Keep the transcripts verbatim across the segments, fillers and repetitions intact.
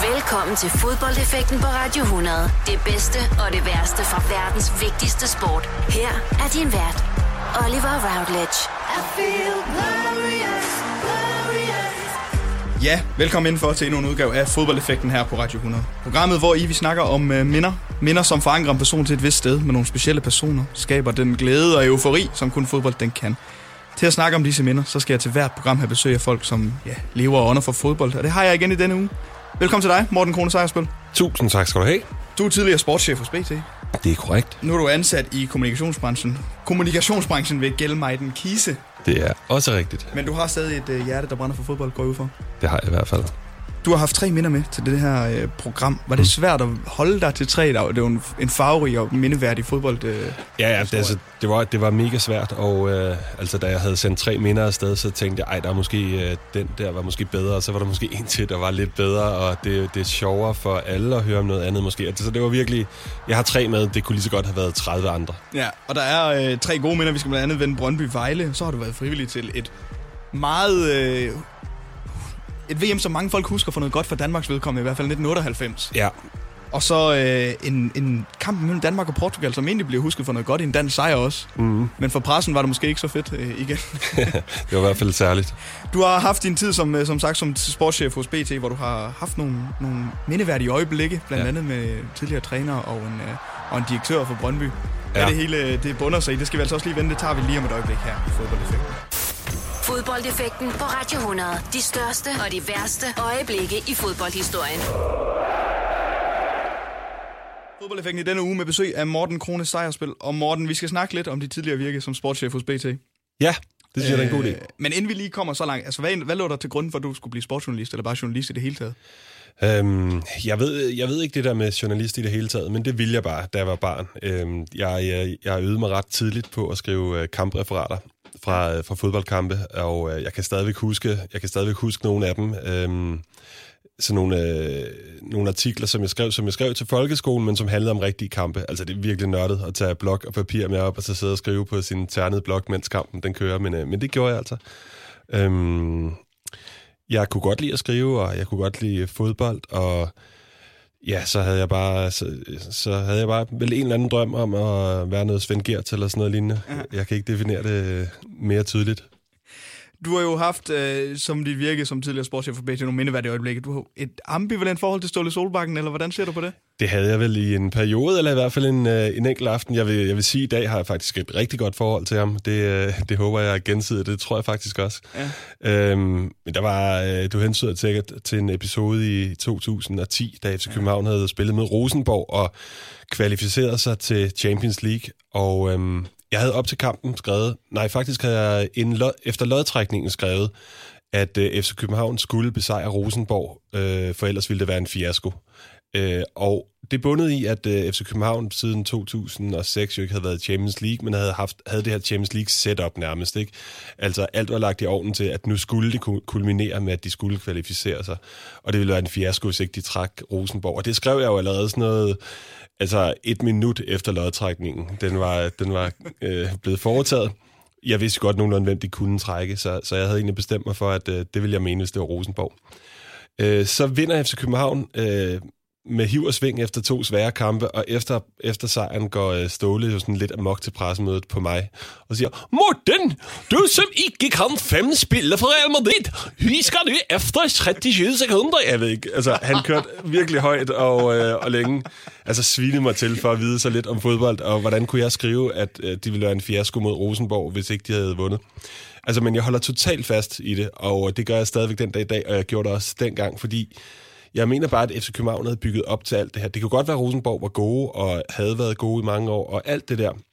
Velkommen til Fodboldeffekten på Radio hundrede. Det bedste og det værste fra verdens vigtigste sport. Her er din vært, Oliver Routledge. I feel glorious, glorious. Ja, velkommen indenfor til endnu en udgave af Fodboldeffekten her på Radio hundrede. Programmet, hvor I vi snakker om uh, minder. Minder, som forankrer en person til et vist sted med nogle specielle personer. Skaber den glæde og eufori, som kun fodbold den kan. Til at snakke om disse minder, så skal jeg til hvert program have besøg af folk, som ja, lever og ånder for fodbold. Og det har jeg igen i denne uge. Velkommen til dig, Morten Krone Sejersbøl. Tusind tak skal du have. Du er tidligere sportschef hos B T. Det er korrekt. Nu er du ansat i kommunikationsbranchen. Kommunikationsbranchen ved Gjellemeiden Kise. Det er også rigtigt. Men du har stadig et øh, hjerte, der brænder for fodbold, går jeg ud for. Det har jeg i hvert fald. Du har haft tre minder med til det her øh, program. Var det svært at holde dig til tre? Det var jo en, en farverig og mindeværdig fodbold. Øh, ja, ja det, altså, det, var, det var mega svært, og øh, altså, da jeg havde sendt tre minder afsted, så tænkte jeg, ej, der er måske, øh, den der var måske bedre, og så var der måske en til, der var lidt bedre, og det, det er sjovere for alle at høre om noget andet måske. Så det var virkelig, jeg har tre med, det kunne lige så godt have været tredive andre. Ja, og der er øh, tre gode minder. Vi skal blandt andet vende Brøndby-Vejle. Så har du været frivillig til et meget... Øh, Et V M, som mange folk husker for noget godt for Danmarks vedkommende, i hvert fald nitten otteoghalvfems. Ja. Og så øh, en, en kamp mellem Danmark og Portugal, som egentlig bliver husket for noget godt i en dansk sejr også. Mm. Men for pressen var det måske ikke så fedt øh, igen. Det var i hvert fald særligt. Du har haft din tid som, som sagt som sportschef hos B T, hvor du har haft nogle, nogle mindeværdige øjeblikke, blandt ja. andet med tidligere træner og en, øh, og en direktør for Brøndby. Ja. Ja, det hele det bunder sig i. Det skal vi altså også lige vente. Det tager vi lige om et øjeblik her i Fodboldeffekten. Fodboldeffekten på Radio hundrede. De største og de værste øjeblikke i fodboldhistorien. Fodboldeffekten i denne uge med besøg af Morten Krone Sejersbøl. Og Morten, vi skal snakke lidt om dit tidligere virke som sportschef hos B T. Ja, det synes jeg øh, er en god idé. Men inden vi lige kommer så langt, altså hvad, hvad lå der til grund for, at du skulle blive sportsjournalist, eller bare journalist i det hele taget? Øhm, jeg, ved, jeg ved ikke det der med journalist i det hele taget, men det ville jeg bare, da jeg var barn. Øhm, jeg, jeg, jeg øvede mig ret tidligt på at skrive kampreferater fra, fra fodboldkampe, og øh, jeg kan stadigvæk huske, jeg kan stadigvæk huske nogle af dem. Øhm, sådan nogle, øh, nogle artikler, som jeg skrev, som jeg skrev til folkeskolen, men som handlede om rigtige kampe. Altså det er virkelig nørdet at tage blok og papir med op, og så sidde og skrive på sin ternede blok, mens kampen den kører, men, øh, men det gjorde jeg altså. Øhm, jeg kunne godt lide at skrive, og jeg kunne godt lide fodbold, og ja, så havde jeg bare så, så havde jeg bare vel en eller anden drøm om at være noget Svend Gert eller sådan noget lignende. Ja. Jeg kan ikke definere det mere tydeligt. Du har jo haft, øh, som dit virke som tidligere sportschef for B T, nogle mindeværdige øjeblikke. Du har et ambivalent forhold til Ståle Solbakken, eller hvordan ser du på det? Det havde jeg vel i en periode, eller i hvert fald en, øh, en enkelt aften. Jeg vil, jeg vil sige, at i dag har jeg faktisk et rigtig godt forhold til ham. Det, øh, det håber jeg er gensidigt, det tror jeg faktisk også. Ja. Øhm, men der var, øh, du hensyder til, til en episode i to tusind og ti, da F C København havde spillet med Rosenborg og kvalificeret sig til Champions League, og... Øhm, Jeg havde op til kampen skrevet, nej faktisk havde jeg en lod, efter lodtrækningen skrevet, at øh, F C København skulle besejre Rosenborg, øh, for ellers ville det være en fiasko. Øh, og det bundede i, at øh, F C København siden to tusind og seks jo ikke havde været i Champions League, men havde haft havde det her Champions League setup nærmest, ikke? Altså alt var lagt i ovnen til, at nu skulle det kulminere med, at de skulle kvalificere sig. Og det ville være en fiasko, hvis ikke de trak Rosenborg. Og det skrev jeg jo allerede sådan noget... Altså et minut efter lodtrækningen, den var, den var øh, blevet foretaget. Jeg vidste godt nogenlunde, hvem de kunne trække, så, så jeg havde egentlig bestemt mig for, at øh, det ville jeg mene, hvis det var Rosenborg. Øh, så vinder F C København øh, med hiv og sving efter to svære kampe, og efter, efter sejren går øh, Ståle jo sådan lidt amok til pressemødet på mig, og siger, Morten, du som ikke kan fem spille for Real Madrid, vi skal du efter treogtyve sekunder. Jeg ved ikke, altså han kørte virkelig højt og, øh, og længe, altså svinede mig til for at vide så lidt om fodbold, og hvordan kunne jeg skrive, at øh, de ville være en fiasko mod Rosenborg, hvis ikke de havde vundet. Altså, men jeg holder totalt fast i det, og det gør jeg stadigvæk den dag i dag, og jeg gjorde det også dengang, fordi jeg mener bare, at F C København havde bygget op til alt det her. Det kunne godt være, at Rosenborg var gode, og havde været gode i mange år, og alt det der.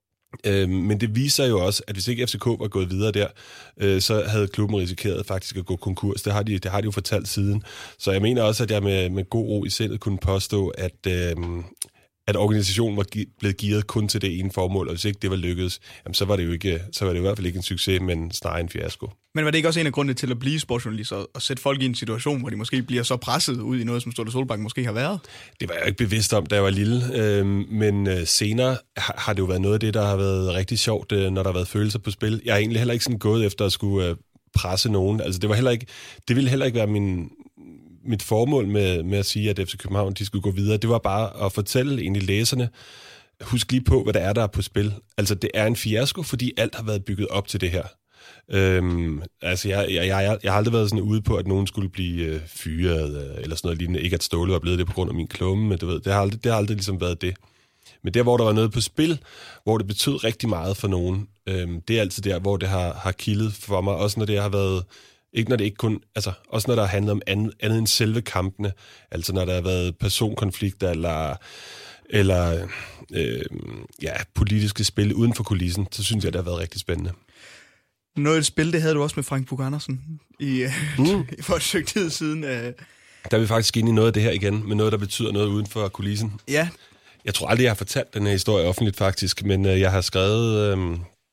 Øh, men det viser jo også, at hvis ikke F C K var gået videre der, øh, så havde klubben risikeret faktisk at gå konkurs. Det har de, det har de jo fortalt siden. Så jeg mener også, at jeg med, med god ro i sindet kunne påstå, at... Øh, at organisationen var gi- blevet gearet kun til det ene formål, og hvis ikke det var lykkedes, jamen, så var det jo ikke, så var det i hvert fald ikke en succes, men snarere en fiasko. Men var det ikke også en af grundene til at blive sportsjournalist og, og sætte folk i en situation, hvor de måske bliver så presset ud i noget, som Ståle Solbakken måske har været? Det var jeg ikke bevidst om, da jeg var lille, øh, men øh, senere har, har det jo været noget af det, der har været rigtig sjovt, øh, når der har været følelser på spil. Jeg har egentlig heller ikke sådan gået efter at skulle øh, presse nogen. Altså det var heller ikke, det ville heller ikke være min mit formål med, med at sige, at F C København de skulle gå videre, det var bare at fortælle egentlig læserne, husk lige på, hvad der er, der er på spil. Altså, det er en fiasko, fordi alt har været bygget op til det her. Øhm, altså, jeg, jeg, jeg, jeg har aldrig været sådan ude på, at nogen skulle blive øh, fyret, øh, eller sådan noget lignende. Ikke at Ståle var blevet det på grund af min klumme, men du ved, det har aldrig, det har aldrig ligesom været det. Men der, hvor der var noget på spil, hvor det betød rigtig meget for nogen, øhm, det er altid der, hvor det har, har kildet for mig. Også når det har været, ikke når det ikke kun, altså også når der har handlet om andet, andet end selve kampene. Altså når der har været personkonflikter, eller, eller øh, ja, politiske spil uden for kulissen, så synes jeg, det har været rigtig spændende. Noget et spil, det havde du også med Frank Buch Andersen i, mm. for et stykke tid siden. Der er vi faktisk inde i noget af det her igen, med noget, der betyder noget uden for kulissen. Ja. Jeg tror aldrig, jeg har fortalt den her historie offentligt faktisk, men øh, jeg har skrevet, øh,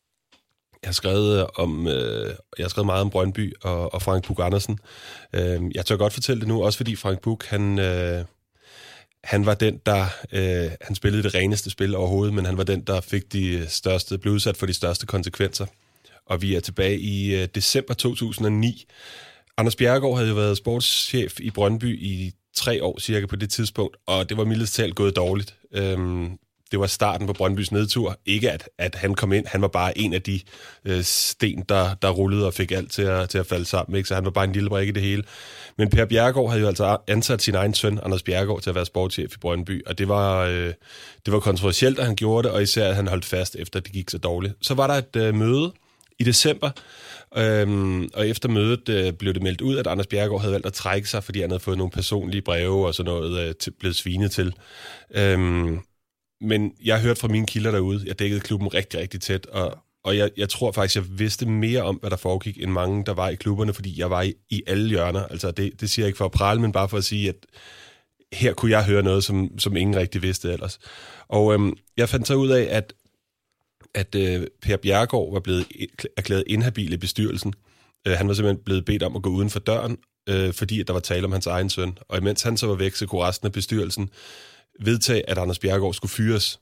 jeg har skrevet om, øh, jeg har skrevet meget om Brøndby og, og Frank Buch Andersen. Øh, jeg tør godt fortælle det nu, også fordi Frank Buch, han, øh, han var den, der, øh, han spillede det reneste spil overhovedet, men han var den, der fik de største, blev udsat for de største konsekvenser. Og vi er tilbage i øh, december to tusind og ni. Anders Bjerregaard havde jo været sportschef i Brøndby i tre år cirka på det tidspunkt, og det var mildest talt gået dårligt. Øhm, det var starten på Brøndbys nedtur. Ikke at, at han kom ind, han var bare en af de øh, sten, der, der rullede og fik alt til at, til at falde sammen. Ikke? Så han var bare en lille brik i det hele. Men Per Bjerregaard havde jo altså ansat sin egen søn, Anders Bjerregaard, til at være sportschef i Brøndby, og det var, øh, det var kontroversielt, at han gjorde det, og især at han holdt fast, efter det gik så dårligt. Så var der et øh, møde i december, Øhm, og efter mødet øh, blev det meldt ud, at Anders Bjerregaard havde valgt at trække sig, fordi han havde fået nogle personlige breve og sådan noget øh, til, blevet svinet til. Øhm, men jeg har hørt fra mine kilder derude, jeg dækkede klubben rigtig, rigtig tæt, og, og jeg, jeg tror faktisk, jeg vidste mere om, hvad der foregik, end mange, der var i klubberne, fordi jeg var i, i alle hjørner. Altså det, det siger jeg ikke for at prale, men bare for at sige, at her kunne jeg høre noget, som, som ingen rigtig vidste ellers. Og øhm, jeg fandt så ud af, at at øh, Per Bjerregaard var blevet erklæret inhabil i bestyrelsen. Øh, han var simpelthen blevet bedt om at gå uden for døren, øh, fordi at der var tale om hans egen søn. Og imens han så var væk, så kunne resten af bestyrelsen vedtage, at Anders Bjerregaard skulle fyres.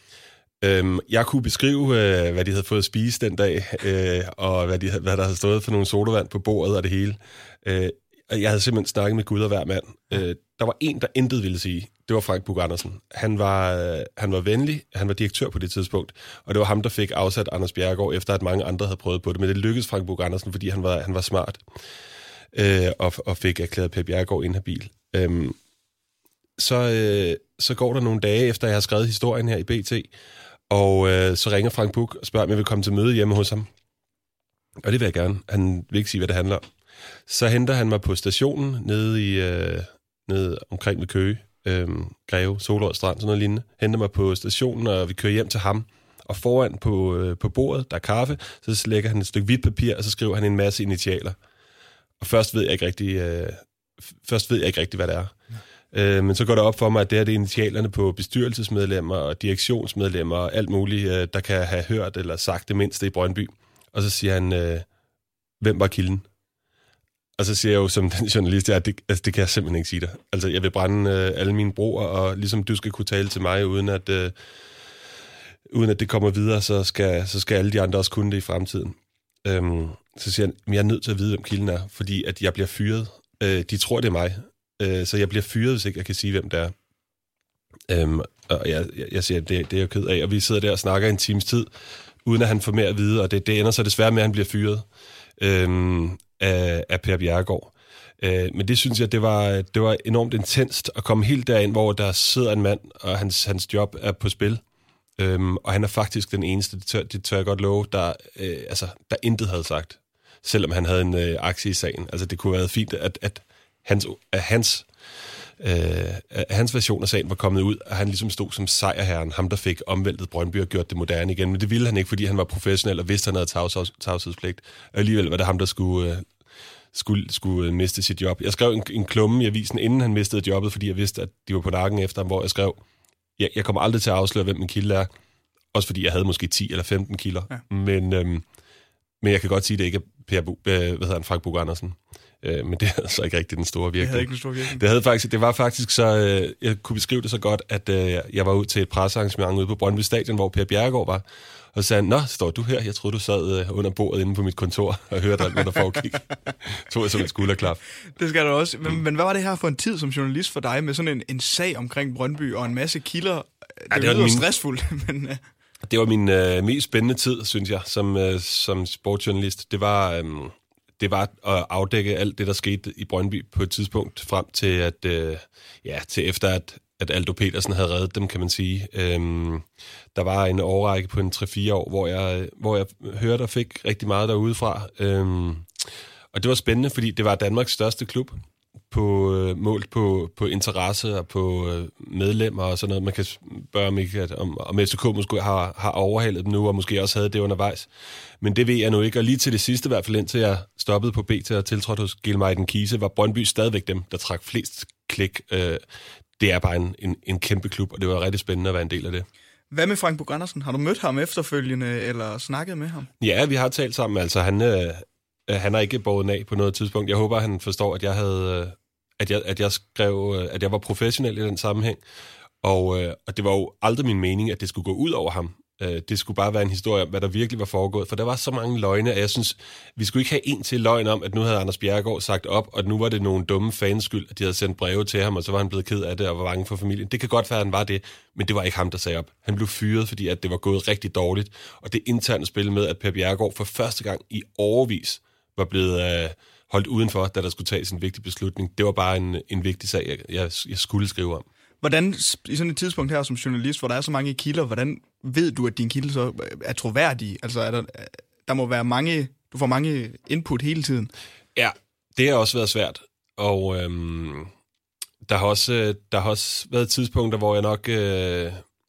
Øh, jeg kunne beskrive, øh, hvad de havde fået at spise den dag, øh, og hvad, de, hvad der havde stået for nogle sodavand på bordet og det hele. Øh, jeg havde simpelthen snakket med Gud og hver mand. Øh, der var en, der intet ville sige. Det var Frank Buch Andersen. Han var, øh, han var venlig, han var direktør på det tidspunkt, og det var ham, der fik afsat Anders Bjerregaard, efter at mange andre havde prøvet på det. Men det lykkedes Frank Buch Andersen, fordi han var, han var smart, øh, og, og fik erklæret Per Bjerregaard inhabil. Øh, så, øh, så går der nogle dage, efter jeg har skrevet historien her i B T, og øh, så ringer Frank Buch og spørger, om jeg vil komme til møde hjemme hos ham. Og det vil jeg gerne. Han vil ikke sige, hvad det handler om. Så henter han mig på stationen nede, i, øh, nede omkring ved Køge, øh, Greve, Solrød Strand, sådan noget lignende. Henter mig på stationen, og vi kører hjem til ham. Og foran på, øh, på bordet, der er kaffe, så lægger han et stykke hvidt papir, og så skriver han en masse initialer. Og først ved jeg ikke rigtig, øh, først ved jeg ikke rigtig hvad det er. Ja. Øh, men så går det op for mig, at det er det initialerne på bestyrelsesmedlemmer og direktionsmedlemmer og alt muligt, øh, der kan have hørt eller sagt det mindste i Brøndby. Og så siger han, øh, hvem var kilden? Og så siger jeg jo som den journalist, at det, altså, det kan jeg simpelthen ikke sige dig. Altså, jeg vil brænde øh, alle mine broer, og ligesom du skal kunne tale til mig, uden at, øh, uden at det kommer videre, så skal, så skal alle de andre også kunne det i fremtiden. Øhm, så siger han, men jeg er nødt til at vide, hvem kilden er, fordi at jeg bliver fyret. Øh, de tror, det er mig. Øh, så jeg bliver fyret, hvis ikke jeg kan sige, hvem det er. Øhm, og jeg, jeg, jeg siger, det, det er jeg ked af. Og vi sidder der og snakker en times tid, uden at han får mere at vide, og det, det ender så desværre med, at han bliver fyret. Øhm, Af, af Per Bjerregaard. Øh, men det synes jeg, det var, det var enormt intenst at komme helt derind, hvor der sidder en mand, og hans, hans job er på spil. Øhm, og han er faktisk den eneste, det tør, det tør jeg godt love, der, øh, altså, der intet havde sagt, selvom han havde en øh, aktie i sagen. Altså det kunne have været fint, at, at hans, at hans, øh, at hans version af sagen var kommet ud, og han ligesom stod som sejrherren, ham der fik omvæltet Brøndby og gjort det moderne igen. Men det ville han ikke, fordi han var professionel og vidste, han havde tavs, tavshedspligt. Og alligevel var det ham, der skulle... Øh, Skulle, skulle miste sit job. Jeg skrev en, en klumme i avisen, inden han mistede jobbet, fordi jeg vidste, at de var på nakken efter ham, hvor jeg skrev, jeg, jeg kommer aldrig til at afsløre, hvem min kilde er. Også fordi jeg havde måske ti eller femten kilder. Ja. Men, øhm, men jeg kan godt sige, at det ikke er Per Bu, øh, hvad hedder han, Frank Buch Andersen. Øh, men det havde så ikke rigtig den store virkning. Det havde ikke den store virkning. Det, havde faktisk, det var faktisk så... Øh, jeg kunne beskrive det så godt, at øh, jeg var ud til et pressearrangement ude på Brøndby Stadion, hvor Per Bjerregaard var. Og så sagde han, nå, står du her? Jeg troede, du sad øh, under bordet inde på mit kontor og hørte alt, hvad der foregik. Tog jeg som et skulderklap. Det skal du også. Men, men hvad var det her for en tid som journalist for dig, med sådan en, en sag omkring Brøndby og en masse kilder? Det, ja, det lyder min... stressfuldt, men... Uh... Det var min øh, mest spændende tid, synes jeg, som, øh, som sportsjournalist. Det var, øh, det var at afdække alt det, der skete i Brøndby på et tidspunkt, frem til, at, øh, ja, til efter, at, at Aldo Petersen havde reddet dem, kan man sige. Øhm, der var en årrække på en tre fire år, hvor jeg, hvor jeg hørte og fik rigtig meget derudefra. Øhm, og det var spændende, fordi det var Danmarks største klub, på øh, målt på, på interesse og på øh, medlemmer og sådan noget. Man kan spørge om, ikke, at, om, om F C K måske har, har overhalet dem nu, og måske også havde det undervejs. Men det ved jeg nu ikke. Og lige til det sidste, i hvert fald indtil jeg stoppede på B T og tiltrådte hos Gilmar Kise, var Brøndby stadigvæk dem, der trak flest klik. Øh, det er bare en, en, en kæmpe klub, og det var rigtig spændende at være en del af det. Hvad med Frank Buch Andersen? Har du mødt ham efterfølgende, eller snakket med ham? Ja, vi har talt sammen. Altså, han, øh, han har ikke båret af på noget tidspunkt. Jeg håber, han forstår, at jeg havde... Øh, At jeg, at jeg skrev, at jeg var professionel i den sammenhæng, og, øh, og det var jo aldrig min mening, at det skulle gå ud over ham. Øh, det skulle bare være en historie om, hvad der virkelig var foregået, for der var så mange løgne, at jeg synes, vi skulle ikke have en til løgn om, at nu havde Anders Bjerregaard sagt op, og nu var det nogle dumme fans skyld, at de havde sendt breve til ham, og så var han blevet ked af det, og var bange for familien. Det kan godt være, at han var det, men det var ikke ham, der sagde op. Han blev fyret, fordi at det var gået rigtig dårligt, og det interne spil med, at Per Bjerregaard for første gang i årevis var blevet... Øh, holdt udenfor, da der skulle tages en vigtig beslutning. Det var bare en, en vigtig sag, jeg, jeg, jeg skulle skrive om. Hvordan, i sådan et tidspunkt her som journalist, hvor der er så mange kilder, hvordan ved du, at din kilde så er troværdig? Altså, er der, der må være mange, du får mange input hele tiden. Ja, det har også været svært. Og øhm, der, har også, der har også været tidspunkter, hvor jeg nok, øh,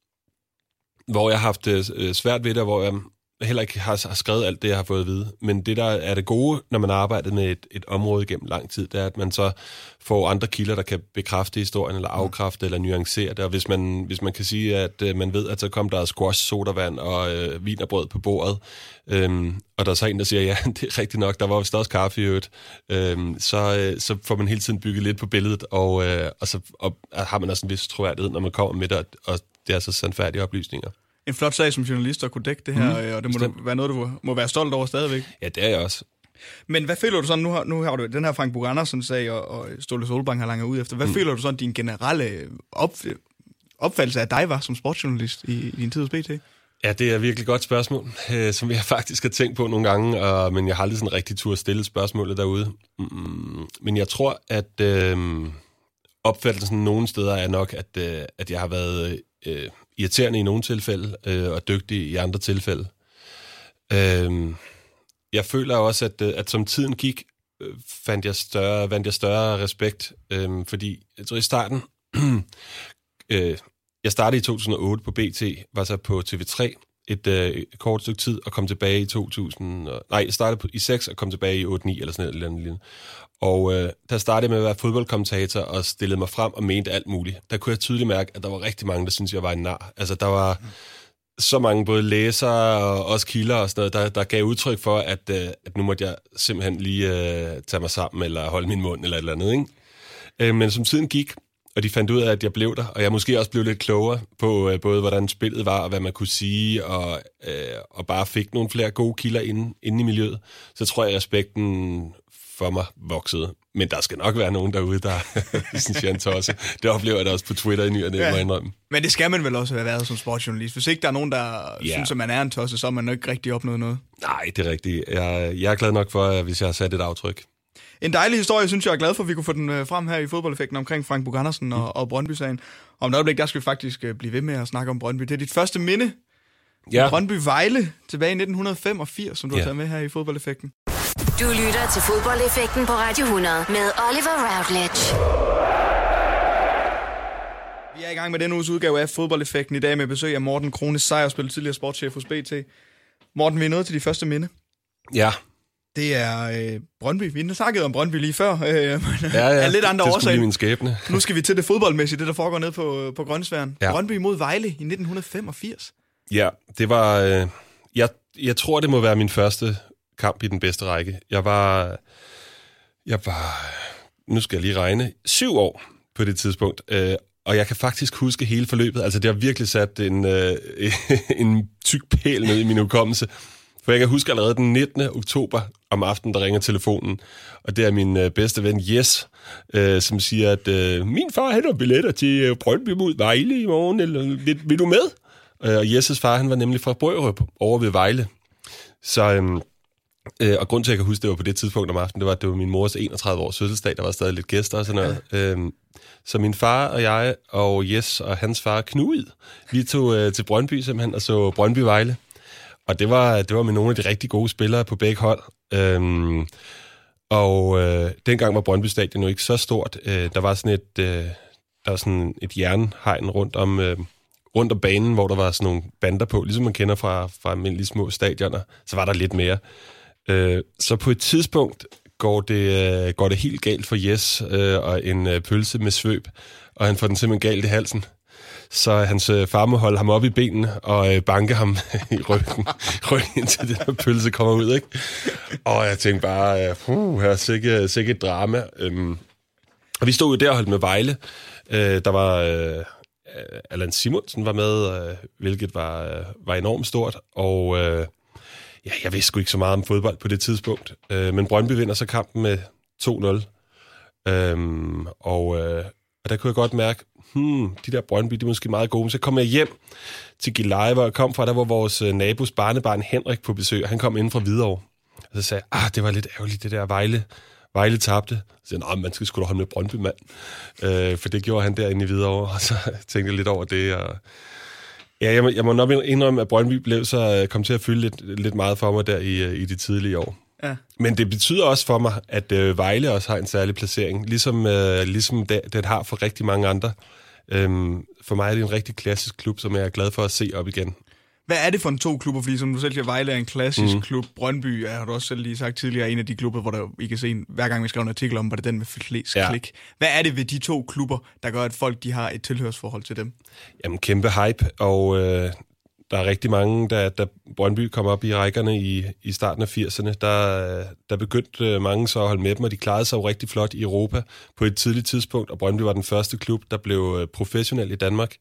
hvor jeg har haft øh, svært ved det, og hvor jeg heller ikke har, har skrevet alt det, jeg har fået at vide. Men det, der er det gode, når man har arbejdet med et, et område gennem lang tid, det er, at man så får andre kilder, der kan bekræfte historien, eller afkræfte, eller nuancere det. Og hvis man, hvis man kan sige, at øh, man ved, at så kom der squash, sodavand og øh, vin og brød på bordet, øhm, og der er så en, der siger, ja, det er rigtigt nok, der var vist også kaffe i øvrigt, øhm, så, øh, så får man hele tiden bygget lidt på billedet, og, øh, og så og har man også en vis troværdighed, når man kommer med det, og det er så sandfærdige oplysninger. En flot sag som journalist at kunne dække det her, mm, og det må du, være noget, du må være stolt over stadigvæk. Ja, det er jeg også. Men hvad føler du sådan, nu har, nu har du den her Frank Buch Andersen-sag, og, og Ståle Solbakken har langet ud efter. Hvad mm. føler du sådan, din generelle op, opfattelse af dig var som sportsjournalist i, i din tid hos B T? Ja, det er et virkelig godt spørgsmål, øh, som jeg faktisk har tænkt på nogle gange, og, men jeg har aldrig sådan rigtig tur at stille spørgsmålet derude. Mm, men jeg tror, at øh, opfattelsen nogle steder er nok, at, øh, at jeg har været... Øh, irriterende i nogle tilfælde, øh, og dygtig i andre tilfælde. Øh, jeg føler også, at, at som tiden gik, øh, fandt jeg større, vandt jeg større respekt, øh, fordi jeg tror i starten, øh, jeg startede i to tusind og otte på B T, var så på T V tre et, øh, et kort stykke tid, og kom tilbage i to tusind, og, nej, jeg startede på, i seks og kom tilbage i otte ni, eller sådan noget eller andet. Og øh, der startede jeg med at være fodboldkommentator og stillede mig frem og mente alt muligt. Der kunne jeg tydeligt mærke, at der var rigtig mange, der syntes, jeg var en nar. Altså, der var så mange både læsere og også kilder og sådan noget, der, der gav udtryk for, at, øh, at nu måtte jeg simpelthen lige øh, tage mig sammen eller holde min mund eller et eller andet, ikke? Øh, men som tiden gik, og de fandt ud af, at jeg blev der, og jeg måske også blev lidt klogere på øh, både, hvordan spillet var, og hvad man kunne sige, og, øh, og bare fik nogle flere gode kilder inde, inde i miljøet, så tror jeg, at respekten for mig voksede. Men der skal nok være nogen derude, der synes jeg en tosse. Det oplever jeg da også på Twitter i ny og næ, må indrømme. Men det skal man vel også have været som sportsjournalist. Hvis ikke der er nogen, der ja. synes, at man er en tosse, så har man nok ikke rigtig opnået noget. Nej, det er rigtigt. Jeg, jeg er glad nok for, hvis jeg har sat et aftryk. En dejlig historie, synes jeg er glad for, at vi kunne få den frem her i fodboldeffekten omkring Frank Buch Andersen og, mm. og Brøndby-sagen. Om et øjeblik, der skal vi faktisk blive ved med at snakke om Brøndby. Det er dit første minde. Ja. Brøndby-Vejle tilbage i nitten femogfirs, som du ja. har taget med her i fodboldeffekten. Du lytter til fodboldeffekten på Radio hundrede med Oliver Routledge. Vi er i gang med denne uges udgave af fodboldeffekten i dag med besøg af Morten Krone Sejersbøl, tidligere sportschef hos B T. Morten, vi er nået til de første minde. Ja. Det er øh, Brøndby. Vi har snakket om Brøndby lige før. Øh, ja, ja, er lidt andre det årsager. Min skæbne. Nu skal vi til det fodboldmæssige, det der foregår nede på, på Grønsværen. Ja. Brøndby mod Vejle i nitten femogfirs. Ja, det var... Øh, jeg, jeg tror, det må være min første kamp i den bedste række. Jeg var, Jeg var, nu skal jeg lige regne, syv år på det tidspunkt, øh, og jeg kan faktisk huske hele forløbet. Altså, det har virkelig sat en, øh, en tyk pæl ned i min hukommelse. For jeg kan huske allerede den nittende oktober om aftenen, der ringer telefonen, og det er min øh, bedste ven, Jes, øh, som siger, at øh, min far, han har billetter til øh, Brøndby mod Vejle i morgen, eller vil, vil du med? Øh, og Jes' far, han var nemlig fra Brørup over ved Vejle. Så, øh, øh, og grund til, at jeg kan huske, det var på det tidspunkt om aftenen, det var, at det var min mors enogtredive års fødselsdag, der var stadig lidt gæster og sådan noget. Ja. Øh, så min far og jeg, og Jes og hans far, Knud, vi tog øh, til Brøndby simpelthen, og så Brøndby-Vejle. Og det var, det var med nogle af de rigtig gode spillere på begge hold. Øhm, og øh, dengang var Brøndby Stadion jo ikke så stort. Øh, der var sådan et, øh, der var sådan et jernhegn rundt om, øh, rundt om banen, hvor der var sådan nogle bander på, ligesom man kender fra, fra almindelige små stadioner. Så var der lidt mere. Øh, så på et tidspunkt går det, øh, går det helt galt for Jes øh, og en øh, pølse med svøb, og han får den simpelthen galt i halsen. Så hans øh, far må holde ham op i benene og øh, banke ham i ryggen, ryggen indtil den der pølse kommer ud, ikke? Og jeg tænkte bare, øh, puh, her er sikkert, sikkert et drama. Øhm, og vi stod jo der og holdt med Vejle. Øh, der var øh, Allan Simonsen var med, øh, hvilket var, øh, var enormt stort. Og øh, ja, jeg vidste sgu ikke så meget om fodbold på det tidspunkt. Øh, men Brøndby vinder så kampen med to nul. Øhm, og, øh, og der kunne jeg godt mærke, Hmm, de der Brøndby, de er måske meget gode. Så kom jeg hjem til Gilleleje, hvor jeg kom fra, der var vores nabos barnebarn Henrik på besøg, og han kom inden fra Hvidovre. Og så sagde jeg, ah, det var lidt ærgerligt, det der Vejle, Vejle tabte. Så sagde jeg, man skal sgu da holde med Brøndby, mand. Øh, for det gjorde han derinde i Hvidovre, og så tænkte jeg lidt over det. Og ja, jeg må, jeg må nok indrømme, at Brøndby blev så, kom til at fylde lidt, lidt meget for mig der i, i de tidlige år. Ja. Men det betyder også for mig, at øh, Vejle også har en særlig placering, ligesom, øh, ligesom det, det har for rigtig mange andre. Øhm, for mig er det en rigtig klassisk klub, som jeg er glad for at se op igen. Hvad er det for en to klubber? Fordi som du selv siger, Vejle er en klassisk mm. klub. Brøndby er, har du også selv lige sagt tidligere, en af de klubber, hvor der, I kan se, en, hver gang vi skriver en artikel om, var det den med flest ja. klik. Hvad er det ved de to klubber, der gør, at folk de har et tilhørsforhold til dem? Jamen, kæmpe hype, og øh, der er rigtig mange, da, da Brøndby kom op i rækkerne i, i starten af firserne, der, der begyndte mange så at holde med dem, og de klarede sig jo rigtig flot i Europa på et tidligt tidspunkt, og Brøndby var den første klub, der blev professionel i Danmark,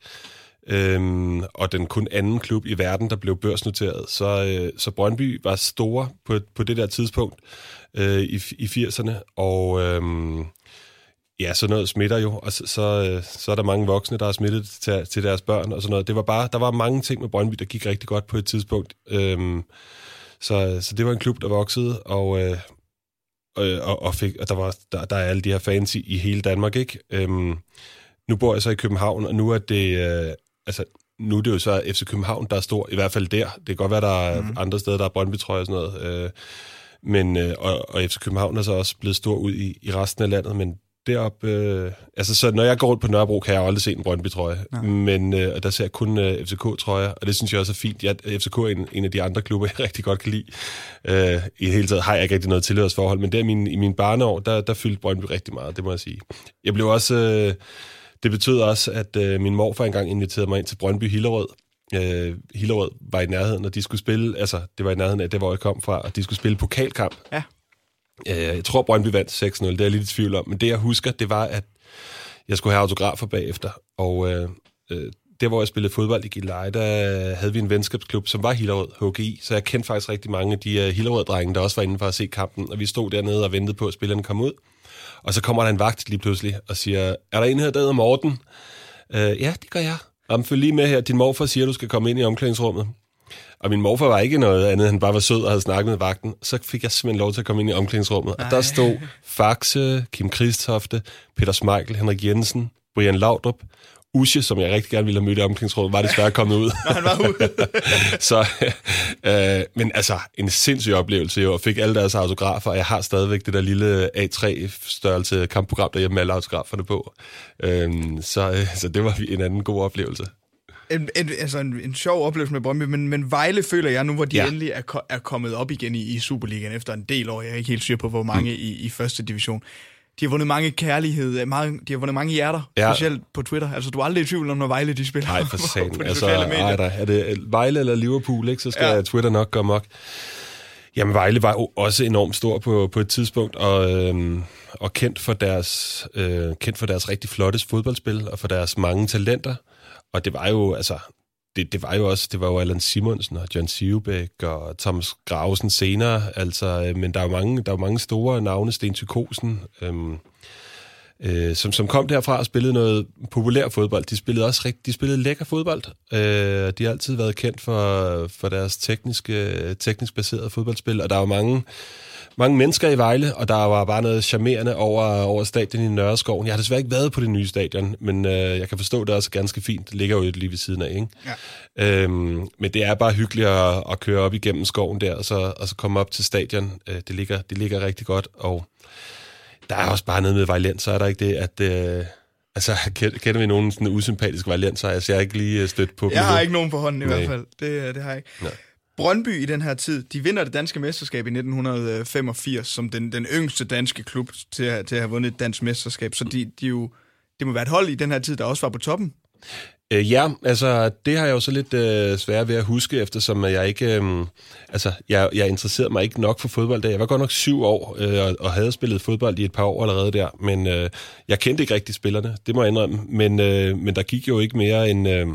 øhm, og den kun anden klub i verden, der blev børsnoteret. Så, øh, så Brøndby var store på, på det der tidspunkt øh, i, i firserne, og øhm, ja, sådan noget smitter jo, og så, så, så er der mange voksne, der er smittet til, til deres børn og sådan noget. Det var bare, der var mange ting med Brøndby, der gik rigtig godt på et tidspunkt. Øhm, så, så det var en klub, der voksede, og, øh, og, og, fik, og der, var, der, der er alle de her fans i, i hele Danmark, ikke? Øhm, nu bor jeg så i København, og nu er det, øh, altså, nu er det jo så F C København, der er stor, i hvert fald der. Det kan godt være, der er mm. andre steder, der er Brøndby-trøje og sådan noget. Øh, men, øh, og, og F C København er så også blevet stor ud i, i resten af landet, men deroppe, øh, altså så når jeg går rundt på Nørrebro, kan jeg aldrig se en Brøndby-trøje, ja. men øh, der ser jeg kun øh, F C K-trøjer, og det synes jeg også er fint. Jeg, F C K er en, en af de andre klubber, jeg rigtig godt kan lide. Øh, I det hele taget har jeg ikke rigtig noget tilhørsforhold, men der i mine, i mine barneår, der, der fyldte Brøndby rigtig meget, det må jeg sige. Jeg blev også, øh, det betød også, at øh, min morfar engang inviterede mig ind til Brøndby Hillerød. Øh, Hillerød var i nærheden, og de skulle spille, altså det var i nærheden af det, hvor jeg kom fra, og de skulle spille pokalkamp. Ja. Jeg tror, Brøndby vandt seks nul, det er jeg lidt i tvivl om. Men det, jeg husker, det var, at jeg skulle have autografer bagefter. Og øh, der, hvor jeg spillede fodbold i Gilleleje, der havde vi en venskabsklub, som var Hillerød H G I. Så jeg kendte faktisk rigtig mange af de uh, Hillerød-drenge, der også var inde for at se kampen. Og vi stod dernede og ventede på, at spillerne kom ud. Og så kommer der en vagt lige pludselig og siger, er der en her, der hedder Morten? Uh, ja, det gør jeg. Jamen, følg lige med her. Din morfar siger, at du skal komme ind i omklædningsrummet. Og min morfar var ikke noget andet, han bare var sød og havde snakket med vagten. Så fik jeg simpelthen lov til at komme ind i omklædningsrummet. Ej. Og der stod Faxe, Kim Christofte, Peter Schmeichel, Henrik Jensen, Brian Laudrup, Usche, som jeg rigtig gerne ville have mødt i omklædningsrummet, var desværre kommet ud. Nå, han var ude. Så, øh, men altså, en sindssyg oplevelse jo, og fik alle deres autografer, og jeg har stadigvæk det der lille A tre størrelse kampprogram derhjemme med alle autograferne på. Øh, så, øh, så det var en anden god oplevelse. En, en, altså en, en sjov oplevelse med Brøndby, men, men Vejle føler jeg nu, hvor de ja. endelig er, ko- er kommet op igen i, i Superligaen efter en del år. Jeg er ikke helt syg på, hvor mange mm. i, i første division. De har vundet mange kærlighed, meget, de har vundet mange hjerter, ja. specielt på Twitter. Altså, du er aldrig i tvivl om, når Vejle de spiller. Nej, for satan. Altså, ej, der, er det Vejle eller Liverpool, ikke? Så skal ja. Twitter nok gå amok. Jamen, Vejle var jo også enormt stor på, på et tidspunkt, og, øhm, og kendt, for deres, øh, kendt for deres rigtig flotte fodboldspil, og for deres mange talenter. Og det var jo, altså, det, det var jo også, det var jo Allan Simonsen, og John Sivebæk, og Thomas Gravesen senere, altså, øh, men der er jo mange, der er jo mange store navne, Sten Tykosen, øhm, øh, som, som kom derfra og spillede noget populær fodbold. De spillede også rigtig, de spillede lækker fodbold. Øh, de har altid været kendt for, for deres tekniske, teknisk baserede fodboldspil, og der er jo mange, mange mennesker i Vejle, og der var bare noget charmerende over, over stadion i Nørreskoven. Jeg har desværre ikke været på det nye stadion, men øh, jeg kan forstå, at det også er ganske fint. Det ligger jo lige ved siden af, ikke? Ja. Øhm, men det er bare hyggeligt at, at køre op igennem skoven der, og så, og så komme op til stadion. Øh, det, ligger, det ligger rigtig godt, og der er også bare noget med vejlenser, er der ikke det, at... Øh, altså, kender vi nogen sådan usympatiske vejlenser? Altså, jeg har ikke lige stødt på dem. Jeg har ikke nogen på hånden i Nej. hvert fald. Det, det har jeg ikke. Nej. Brøndby i den her tid, de vinder det danske mesterskab i nitten femogfirs, som den, den yngste danske klub til at, til at have vundet et dansk mesterskab. Så de, de jo, det må være et hold i den her tid, der også var på toppen. Øh, ja, altså det har jeg jo så lidt øh, svært ved at huske, eftersom jeg ikke, øh, altså jeg, jeg interesserede mig ikke nok for fodbold da. Jeg var godt nok syv år øh, og, og havde spillet fodbold i et par år allerede der, men øh, jeg kendte ikke rigtig spillerne, det må jeg indrømme. Men, øh, men der gik jo ikke mere end... Øh,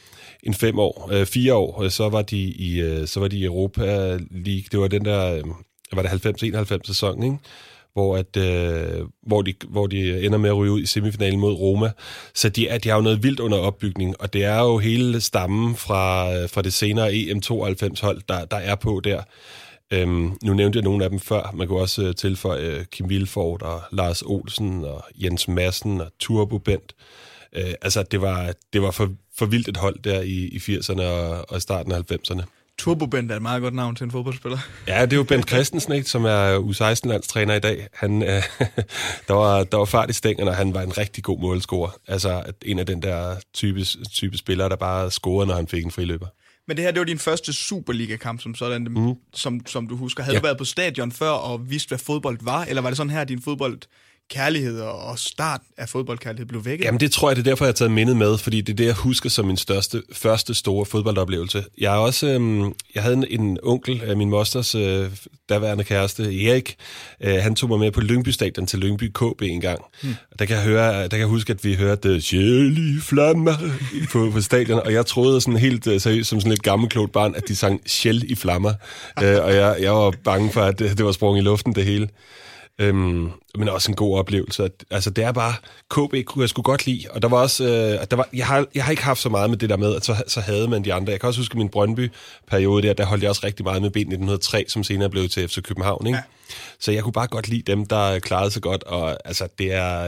En fem år, øh, fire år, så var de i, øh, så var de i Europa League. Det var den der, øh, var det halvfems enoghalvfems sæson, ikke? Hvor at, øh, hvor de, hvor de ender med at ryge ud i semifinalen mod Roma. Så de er, de har jo noget vildt under opbygning, og det er jo hele stammen fra, fra det senere E M tooghalvfems hold, der, der er på der. Øhm, nu nævnte jeg nogle af dem før. Man kunne også øh, tilføje øh, Kim Vilfort og Lars Olsen og Jens Madsen og Turbo Bent. Øh, altså, det var, det var for, for vildt et hold der i, i firserne og, og starten af halvfemserne. Turbo Bent er et meget godt navn til en fodboldspiller. Ja, det er jo Bent Christensen, ikke, som er U seksten-landstræner i dag. Han, øh, der, var, der var fart i stængerne, og han var en rigtig god målscorer. Altså, en af den der type, type spillere, der bare scorede, når han fik en friløber. Men det her, det var din første Superliga-kamp som sådan, mm. som, som du husker. Havde ja. du været på stadion før og vidst, hvad fodbold var? Eller var det sådan her, din fodbold... kærlighed og start af fodboldkærlighed blev vækket? Jamen det tror jeg, det er derfor, jeg har taget mindet med, fordi det er det, jeg husker som min største, første store fodboldoplevelse. Jeg er også, øhm, jeg havde en, en onkel af min mosters øh, daværende kæreste, Erik. Øh, han tog mig med på Lyngby Stadion til Lyngby K B en gang. Hmm. Der kan jeg høre, der kan jeg huske, at vi hørte Sjæl i flammer på, på stadion, og jeg troede sådan helt uh, seriøst som sådan lidt gammelklogt barn, at de sang Sjæl i flammer. øh, og jeg, jeg var bange for, at det, det var sprunget i luften det hele. Øhm, men også en god oplevelse. Altså det er bare, K B kunne jeg sgu godt lide, og der var også, øh, der var, jeg, har, jeg har ikke haft så meget med det der med, at så, så havde man de andre. Jeg kan også huske min Brøndby-periode der, der holdt jeg også rigtig meget med B nitten hundrede og tre, som senere blev til F C København, ikke? Ja. Så jeg kunne bare godt lide dem, der klarede sig godt, og altså det er,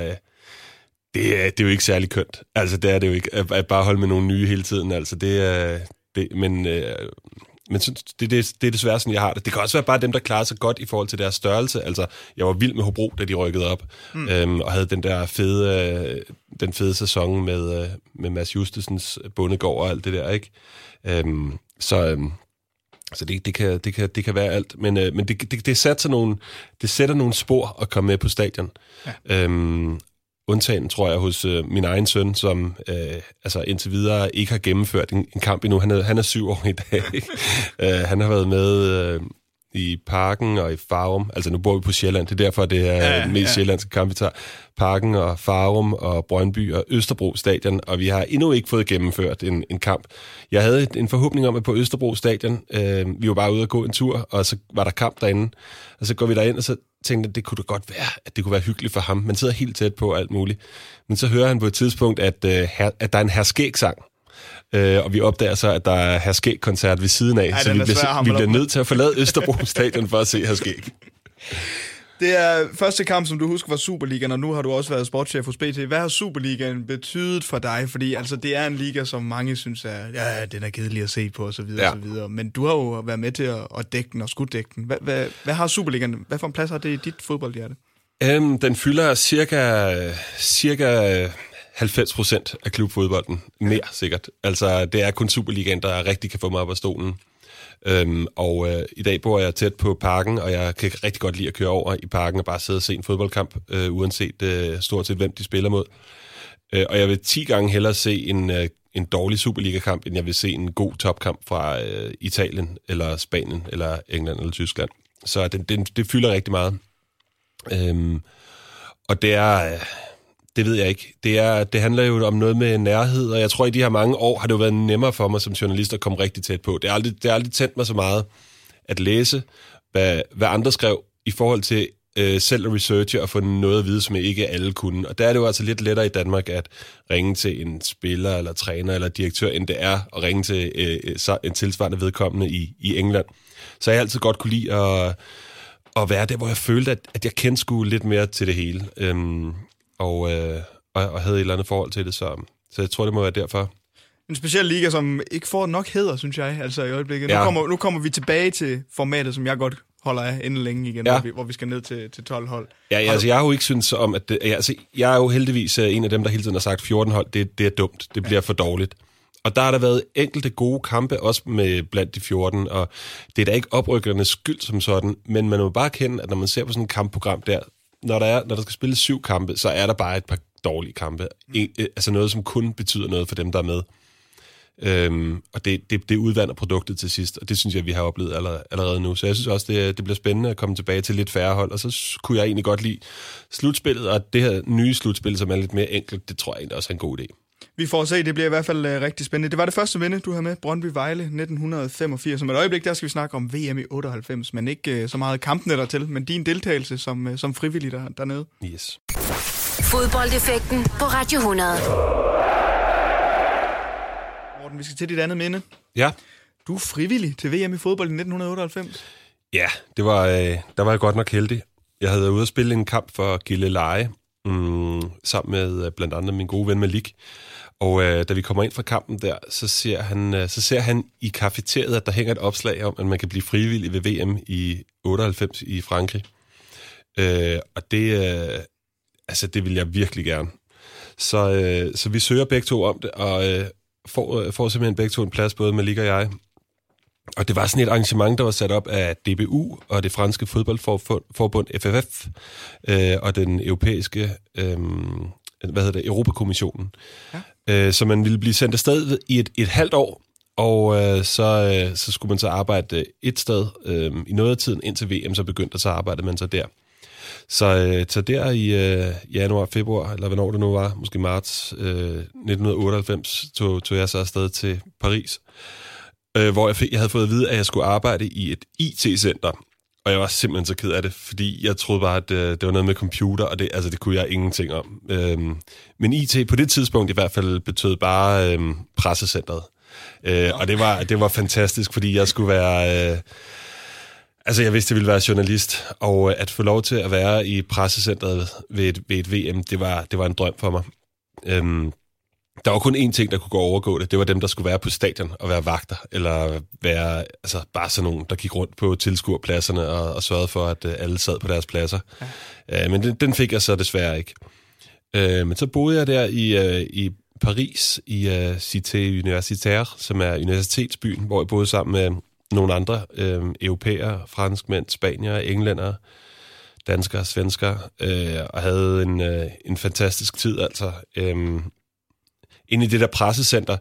det er, det er jo ikke særlig kønt. Altså det er det jo ikke, at, at bare holde med nogle nye hele tiden, altså det er, det, men... Øh, Men det, det, det er desværre sådan, jeg har det. Det kan også være bare dem, der klarer sig godt i forhold til deres størrelse. Altså, jeg var vild med Hobro, da de rykkede op, mm. øhm, og havde den der fede, øh, den fede sæson med, øh, med Mads Justesens bondegård og alt det der, ikke? Øhm, så øhm, så det, det, kan, det, kan, det kan være alt. Men, øh, men det, det, det, sætter nogle, det sætter nogle spor at komme med på stadion. Ja. Øhm, Undtagen, tror jeg, hos øh, min egen søn, som øh, altså indtil videre ikke har gennemført en, en kamp endnu. Han er, han er syv år i dag. øh, han har været med øh, i Parken og i Farum. Altså, nu bor vi på Sjælland. Det er derfor, det er ja, mest ja. sjællandske kamp, vi tager. Parken og Farum og Brøndby og Østerbro Stadion, og vi har endnu ikke fået gennemført en, en kamp. Jeg havde en forhåbning om, at på Østerbro Stadion, øh, vi var bare ude at gå en tur, og så var der kamp derinde. Og så går vi derind, og så tænkte at det kunne da godt være, at det kunne være hyggeligt for ham. Man sidder helt tæt på alt muligt. Men så hører han på et tidspunkt, at, øh, her, at der er en herskæg-sang. Øh, og vi opdager så, at der er herskæg-koncert ved siden af. Ej, så vi bliver, vi bliver nødt til at forlade Østerbro Stadion for at se herskæg. Det er første kamp, som du husker fra Superligaen, og nu har du også været sportschef hos B T. Hvad har Superligaen betydet for dig? Fordi altså, det er en liga, som mange synes er, ja, den er kedelig at se på, og så videre, ja. og så videre. Men du har jo været med til at, at dække den og skulle dække den. Hvad, hvad, hvad har Superligaen? Hvad for en plads har det i dit fodboldhjerte? Um, den fylder cirka, cirka halvfems procent af klubfodbolden. Mere sikkert. Altså, det er kun Superligaen, der rigtig kan få mig op af stolen. Øhm, og øh, i dag bor jeg tæt på Parken, og jeg kan rigtig godt lide at køre over i Parken og bare sidde og se en fodboldkamp, øh, uanset øh, stort set hvem de spiller mod. Øh, og jeg vil ti gange hellere se en, øh, en dårlig Superliga-kamp, end jeg vil se en god topkamp fra øh, Italien, eller Spanien, eller England, eller Tyskland. Så det, det, det fylder rigtig meget. Øhm, og det er... Det ved jeg ikke. Det, er, det handler jo om noget med nærhed, og jeg tror, i de her mange år har det jo været nemmere for mig som journalist at komme rigtig tæt på. Det har aldrig, det har aldrig tændt mig så meget at læse, hvad, hvad andre skrev, i forhold til øh, selv at researche og få noget at vide, som jeg ikke alle kunne. Og der er det jo altså lidt lettere i Danmark at ringe til en spiller, eller træner, eller direktør, end det er at ringe til øh, en tilsvarende vedkommende i, i England. Så jeg har altid godt kunne lide at, at være der, hvor jeg følte, at, at jeg kendte sgu lidt mere til det hele. Øhm, Og, øh, og, og havde et eller andet forhold til det, så, så jeg tror, det må være derfor. En speciel liga, som ikke får nok hæder, synes jeg, altså i øjeblikket. Ja. Nu, kommer, nu kommer vi tilbage til formatet, som jeg godt holder af inden længe igen, ja. hvor, vi, hvor vi skal ned til, til tolv hold. Ja, ja altså jeg har jo ikke synes om, at det, altså, jeg er jo heldigvis en af dem, der hele tiden har sagt, fjorten hold, det, det er dumt, det bliver ja. for dårligt. Og der har der været enkelte gode kampe, også med blandt de fjorten, og det er da ikke oprykkernes skyld som sådan, men man må bare kende, at når man ser på sådan et kampprogram der, Når der, er, når der skal spilles syv kampe, så er der bare et par dårlige kampe. En, altså noget, som kun betyder noget for dem, der er med. Øhm, og det, det, det udvander produktet til sidst, og det synes jeg, vi har oplevet allerede, allerede nu. Så jeg synes også, det, det bliver spændende at komme tilbage til lidt færre hold, og så kunne jeg egentlig godt lide slutspillet, og det her nye slutspil, som er lidt mere enkelt, det tror jeg egentlig også er en god idé. Vi får se, det bliver i hvert fald uh, rigtig spændende. Det var det første vinde, du havde med, Brøndby-Vejle nitten femogfirs. Som et øjeblik, der skal vi snakke om V M i otteoghalvfems, men ikke uh, så meget kampene dertil, men din deltagelse som, uh, som frivillig der, dernede. Yes. Fodboldeffekten på Radio hundrede. Morten, vi skal til dit andet minde. Ja. Du er frivillig til V M i fodbold i nitten otteoghalvfems. Ja, det var, øh, der var jeg godt nok heldig. Jeg havde været ude at spille en kamp for Gilleleje, mm, sammen med blandt andet min gode ven Malik. Og øh, da vi kommer ind fra kampen der, så ser han, øh, så ser han i cafeteriet, at der hænger et opslag om, at man kan blive frivillig ved V M i otteoghalvfems i Frankrig. Øh, og det, øh, altså, det vil jeg virkelig gerne. Så, øh, så vi søger begge to om det, og øh, får, øh, får simpelthen begge to en plads, både Malik og jeg. Og det var sådan et arrangement, der var sat op af D B U og det franske fodboldforbund F F F øh, og den europæiske, øh, hvad hedder det, Europakommissionen. Ja. Øh, så man ville blive sendt afsted i et, et halvt år, og øh, så, øh, så skulle man så arbejde et sted øh, i noget af tiden, indtil V M så begyndte, så arbejdede man så der. Så, øh, så der i øh, januar, februar, eller hvornår det nu var, måske marts øh, nitten otteoghalvfems, tog, tog jeg så afsted til Paris, øh, hvor jeg, fik, jeg havde fået at vide, at jeg skulle arbejde i et I T-center. Og jeg var simpelthen så ked af det, fordi jeg troede bare, at øh, det var noget med computer, og det, altså, det kunne jeg ingenting om. Øhm, men I T på det tidspunkt i hvert fald betød bare øh, pressecentret. Øh, og det var, det var fantastisk, fordi jeg skulle være... Øh, altså jeg vidste, at jeg ville være journalist, og at få lov til at være i pressecentret ved et, ved et V M, det var, det var en drøm for mig. Øhm, Der var kun én ting, der kunne gå overgå det. Det var dem, der skulle være på stadion og være vagter, eller være altså bare sådan nogen, der gik rundt på tilskuerpladserne og, og sørgede for, at uh, alle sad på deres pladser. Ja. Uh, men den, den fik jeg så desværre ikke. Uh, men så boede jeg der i, uh, i Paris, i uh, Cité Universitaire, som er universitetsbyen, hvor jeg boede sammen med nogle andre uh, europæere, franskmænd, spanier, englænder, danskere, svenskere, uh, og havde en, uh, en fantastisk tid, altså. Uh, Inde i det der pressecenter,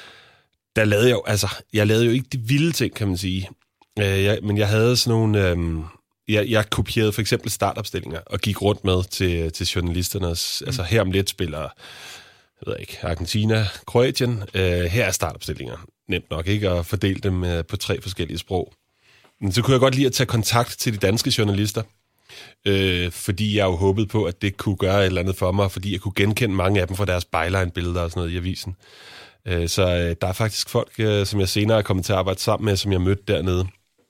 der lavede jeg jo, altså, jeg lavede jo ikke de vilde ting, kan man sige. Øh, jeg, men jeg havde sådan nogle, øh, jeg, jeg kopierede for eksempel startopstillinger, og gik rundt med til, til journalisterne. Mm. Altså her om lidt spiller, jeg ved ikke, Argentina, Kroatien. Øh, her er startopstillinger. Nemt nok, ikke? At fordele dem øh, på tre forskellige sprog. Men så kunne jeg godt lide at tage kontakt til de danske journalister. Øh, fordi jeg jo håbede på, at det kunne gøre et eller andet for mig, fordi jeg kunne genkende mange af dem fra deres byline-billeder og sådan noget i avisen. Øh, så øh, der er faktisk folk, øh, som jeg senere er kommet til at arbejde sammen med, som jeg mødte dernede.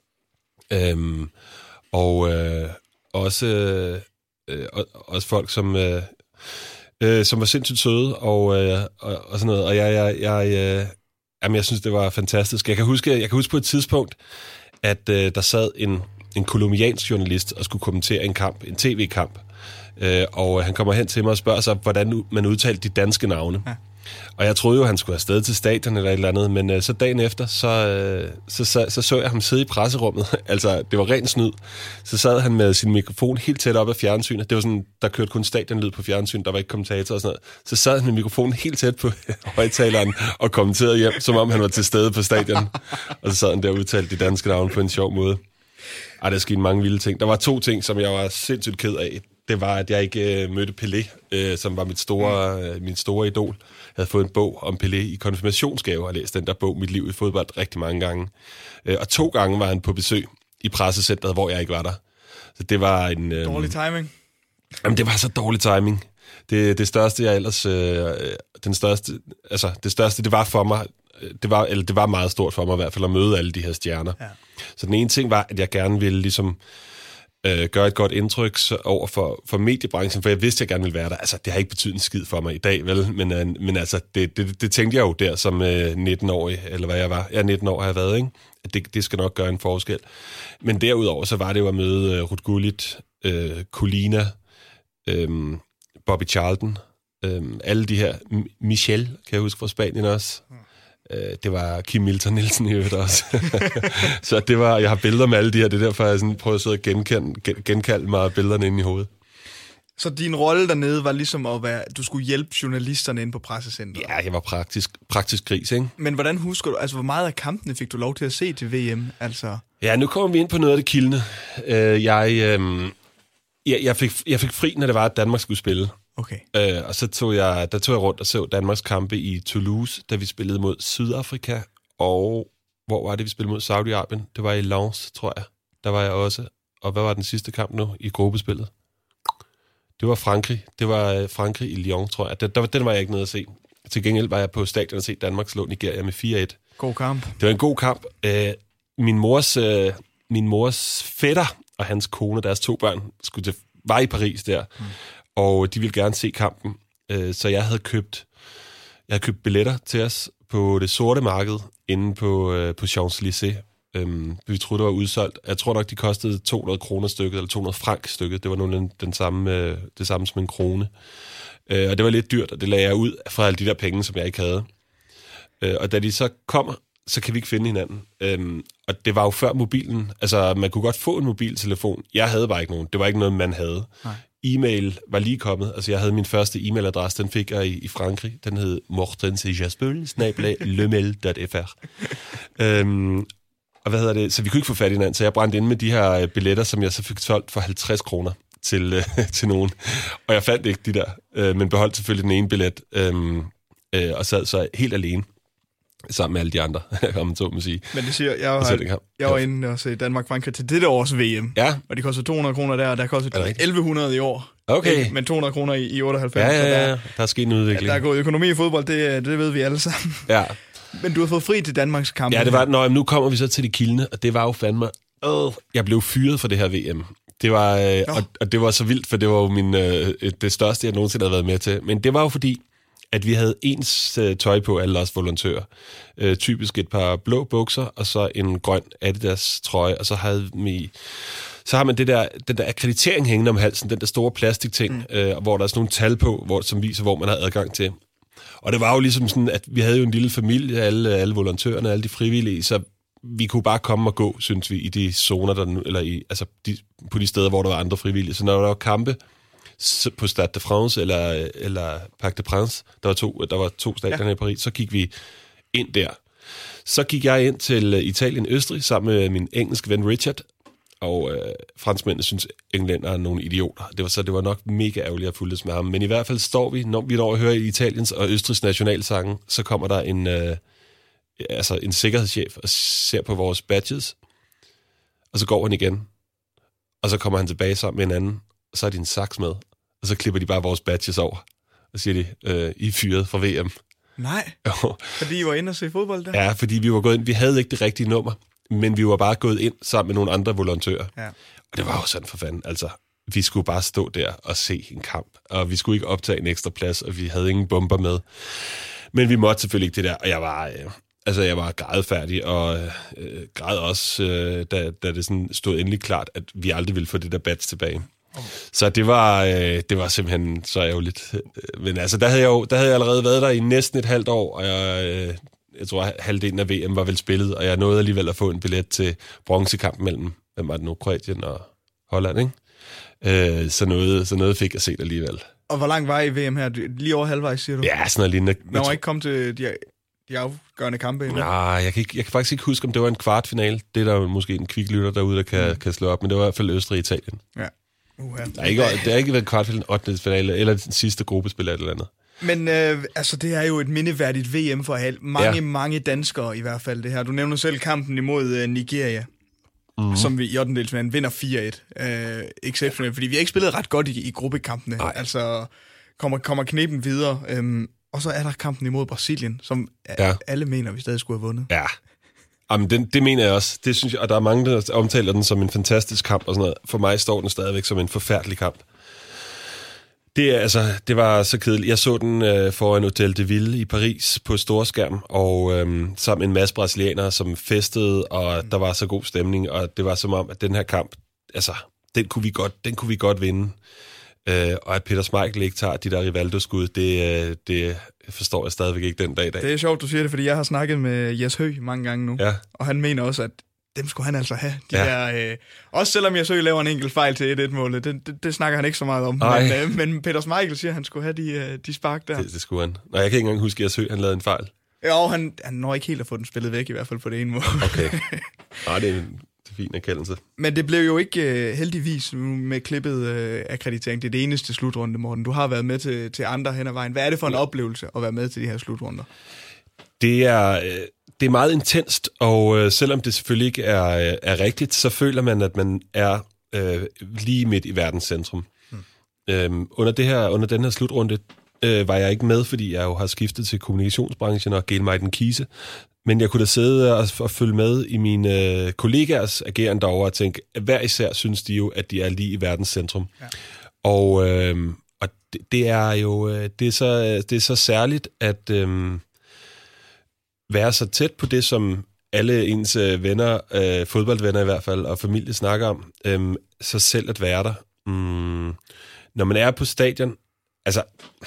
Øh, og øh, også, øh, også folk, som, øh, øh, som var sindssygt søde og, øh, og, og sådan noget. Og jeg, jeg, jeg, øh, jamen, jeg synes, det var fantastisk. Jeg kan huske, jeg kan huske på et tidspunkt, at øh, der sad en en kolumbiansk journalist og skulle kommentere en kamp, en tv-kamp. Øh, og han kommer hen til mig og spørger sig, hvordan man udtalte de danske navne. Ja. Og jeg troede jo, han skulle afsted til stadion eller et eller andet, men øh, så dagen efter, så, øh, så, så, så så jeg ham sidde i presserummet. Altså, det var ren snyd. Så sad han med sin mikrofon helt tæt op af fjernsynet. Det var sådan, der kørte kun stadionlyd på fjernsyn, der var ikke kommentator og sådan noget. Så sad han med mikrofonen helt tæt på højtaleren og kommenterede hjem, som om han var til stede på stadion. Og så sad han der og udtalte de danske navne på en sjov måde. Ej, der skete mange vilde ting. Der var to ting, som jeg var sindssygt ked af. Det var, at jeg ikke øh, mødte Pelé, øh, som var mit store, øh, min store idol. Jeg havde fået en bog om Pelé i konfirmationsgave, og læst den der bog, Mit liv i fodbold, rigtig mange gange. Øh, og to gange var han på besøg i pressecentret, hvor jeg ikke var der. Så det var en... Øh, Dårlig timing. Jamen, det var så dårlig timing. Det, det største, jeg ellers... Øh, den største... Altså, det største, det var for mig... Det var, eller det var meget stort for mig i hvert fald at møde alle de her stjerner. Ja. Så den ene ting var, at jeg gerne ville ligesom... Øh, gøre et godt indtryk over for, for mediebranchen, for jeg vidste, at jeg gerne ville være der. Altså, det har ikke betydet en skid for mig i dag, vel? Men, øh, men altså, det, det, det tænkte jeg jo der som øh, nitten-årig, eller hvad jeg var. Jeg er nitten år, har jeg været, ikke? At det, det skal nok gøre en forskel. Men derudover, så var det jo at møde øh, Ruud Gullit, øh, Colina, øh, Bobby Charlton, øh, alle de her. M- Michel, kan jeg huske fra Spanien også. Det var Kim Milton Nielsen i øvrigt også. Så det var, jeg har billeder med alle de her, det er derfor, jeg sådan prøver at sidde og genkende, gen, genkalde mig billederne inde i hovedet. Så din rolle dernede var ligesom at være, du skulle hjælpe journalisterne inde på pressecenteret? Ja, jeg var praktisk, praktisk gris, ikke? Men hvordan husker du, altså hvor meget af kampene fik du lov til at se til V M? Altså... Ja, nu kommer vi ind på noget af det kildende. Uh, jeg, um, jeg, jeg, fik, jeg fik fri, når det var, at Danmark skulle spille. Okay. Øh, og så tog jeg, der tog jeg rundt og så Danmarks kampe i Toulouse, da vi spillede mod Sydafrika, og hvor var det, vi spillede mod Saudi-Arabien? Det var i Lens, tror jeg. Der var jeg også. Og hvad var den sidste kamp nu i gruppespillet? Det var Frankrig. Det var Frankrig i Lyon, tror jeg. Den, der, den var jeg ikke nede at se. Til gengæld var jeg på stadion og se Danmark slå Nigeria med fire et. God kamp. Det var en god kamp. Øh, min, mors, øh, min mors fætter og hans kone, deres to børn, skulle til, var i Paris der. Mm. Og de ville gerne se kampen, så jeg havde købt, jeg havde købt billetter til os på det sorte marked inde på, på Champs-Élysées. Vi troede, det var udsolgt. Jeg tror nok, de kostede to hundrede kroner stykket, eller to hundrede frank stykket. Det var nogle den samme, det samme som en krone. Og det var lidt dyrt, og det lagde jeg ud fra alle de der penge, som jeg ikke havde. Og da de så kommer, så kan vi ikke finde hinanden. Og det var jo før mobilen. Altså, man kunne godt få en mobiltelefon. Jeg havde bare ikke nogen. Det var ikke noget, man havde. Nej. E-mail var lige kommet. Altså, jeg havde min første e-mailadresse, den fik jeg i, i Frankrig. Den hed mortensejaspøl, snabel-a, lemel punktum f r. øhm, og hvad hedder det? Så vi kunne ikke få fat i hinanden, så jeg brændte ind med de her billetter, som jeg så fik solgt for halvtreds kroner til, øh, til nogen. Og jeg fandt ikke de der, øh, men beholdt selvfølgelig den ene billet, øh, øh, og sad så helt alene sammen med alle de andre, om man så må sige. Men det siger, jeg var, jeg var inde og se Danmark-Frankrig til dette års V M, ja. Og de koster to hundrede kroner der, og der koster elleve hundrede i år. Okay. Men to hundrede kroner i, i otteoghalvfems. Ja, ja, ja. Der, der er sket en udvikling. Ja, der er gået økonomi i fodbold, det, det ved vi alle sammen. Ja. Men du har fået fri til Danmarks kamp. Ja, det var, nå, nu kommer vi så til det kildende, og det var jo fandme, øh, jeg blev fyret for det her V M. Det var, øh, og, og det var så vildt, for det var jo min, øh, det største, jeg nogensinde havde været med til. Men det var jo fordi, at vi havde ens øh, tøj på, alle os volontører. Øh, typisk et par blå bukser, og så en grøn Adidas trøje, og så havde vi... Så har man det der, den der akkreditering hængende om halsen, den der store plastikting, mm. øh, hvor der er sådan nogle tal på, hvor, som viser, hvor man har adgang til. Og det var jo ligesom sådan, at vi havde jo en lille familie, alle, alle volontørerne, alle de frivillige, så vi kunne bare komme og gå, synes vi, i de zoner, der nu, eller i, altså de, på de steder, hvor der var andre frivillige. Så når der var kampe på Stade de France eller, eller Parc des Princes, der var to, der var to stadioner ja. i Paris, så gik vi ind der. Så gik jeg ind til Italien-Østrig sammen med min engelske ven Richard, og øh, franskmændene synes, englænder er nogle idioter. Det var så det var nok mega ærgerligt at fulgtes med ham. Men i hvert fald står vi, når vi når at høre Italiens og Østrigs nationalsange, så kommer der en, øh, altså en sikkerhedschef og ser på vores badges, og så går han igen. Og så kommer han tilbage sammen med en anden, og så har de en saks med, og så klipper de bare vores badges over, og siger de, øh, I er fyret fra V M. Nej, fordi I var inde og se fodbold der? Ja, fordi vi var gået ind, vi havde ikke det rigtige nummer, men vi var bare gået ind sammen med nogle andre volontører. Ja. Og det var jo sådan for fanden, altså, vi skulle bare stå der og se en kamp, og vi skulle ikke optage en ekstra plads, og vi havde ingen bomber med. Men vi måtte selvfølgelig ikke det der, og jeg var... Øh, Altså, jeg var grædefærdig, og øh, græd også, øh, da, da det sådan stod endelig klart, at vi aldrig ville få det der badge tilbage. Okay. Så det var, øh, det var simpelthen så ærgerligt. Men altså, der havde, jeg jo, der havde jeg allerede været der i næsten et halvt år, og jeg, øh, jeg tror, at halvdelen af V M var vel spillet, og jeg nåede alligevel at få en billet til bronzekampen mellem, hvem var det nu, Kroatien og Holland, ikke? Øh, så, noget, så noget fik jeg set alligevel. Og hvor langt var I V M her? Lige over halvvejs, siger du? Ja, sådan noget lignende. Man var ikke kommet til... De de afgørende kampe endnu? Nej, jeg kan, ikke, jeg kan faktisk ikke huske, om det var en kvartfinale. Det er der måske en kviklytter derude, der kan, mm. kan slå op, men det var i hvert fald Østrig-Italien. Ja. Uh-huh. Der er ikke, det har ikke været en kvartfinale, ottende finale, eller den sidste gruppespil eller andet. Men øh, altså, det er jo et mindeværdigt V M for mange, ja. mange danskere i hvert fald, det her. Du nævner selv kampen imod øh, Nigeria, mm-hmm. som vi i ottendedelsfinalen vinder fire et. Øh, exceptionelt, fordi vi har ikke spillet ret godt i, i gruppekampene. Nej. Altså, kommer, kommer knepen videre. Øhm, og så er der kampen imod Brasilien, som ja. alle mener, vi stadig skulle have vundet. Ja, Jamen, den, det mener jeg også. Det synes jeg, og der er mange, der omtaler den som en fantastisk kamp og sådan noget. For mig står den stadigvæk som en forfærdelig kamp. Det, altså, det var så kedeligt. Jeg så den øh, foran Hotel de Ville i Paris på storskærm, og øh, sammen med en masse brasilianere, som festede, og mm. der var så god stemning, og det var som om, at den her kamp, altså, den kunne vi godt, den kunne vi godt vinde. Øh, og at Peter Schmeichel ikke tager de der Rivaldo-skud, det, det forstår jeg stadigvæk ikke den dag i dag. Det er sjovt, du siger det, fordi jeg har snakket med Jes Høgh mange gange nu, ja. Og han mener også, at dem skulle han altså have. De ja. der, øh, også selvom Jes Høgh laver en enkelt fejl til et et-målet, det, det, det snakker han ikke så meget om. Men, øh, men Peter Schmeichel siger, at han skulle have de, de spark der. Det, det skulle han. Nå, jeg kan ikke engang huske, at Jes Høgh han lavede en fejl. Jo, han, han når ikke helt at få den spillet væk, i hvert fald på det ene måde. Okay. Nej, det er en fin erkendelse. Men det blev jo ikke uh, heldigvis med klippet uh, akkreditering. Det er det eneste slutrunde, Morten. Du har været med til, til andre hen ad vejen. Hvad er det for en ja. oplevelse at være med til de her slutrunder? Det er, øh, det er meget intenst, og øh, selvom det selvfølgelig ikke er, er rigtigt, så føler man, at man er øh, lige midt i verdens centrum. Hmm. Øhm, under, det her, under den her slutrunde øh, var jeg ikke med, fordi jeg jo har skiftet til kommunikationsbranchen og Gelmeiden Kise. Men jeg kunne da sidde og, og følge med i mine øh, kollegaers ageren derovre og tænke, at hver især synes de jo, at de er lige i verdens centrum. Ja. Og, øh, og det, det er jo det er så, det er så særligt at øh, være så tæt på det, som alle ens øh, venner, øh, fodboldvenner i hvert fald, og familie snakker om, øh, så selv at være der. Mm, når man er på stadion, altså,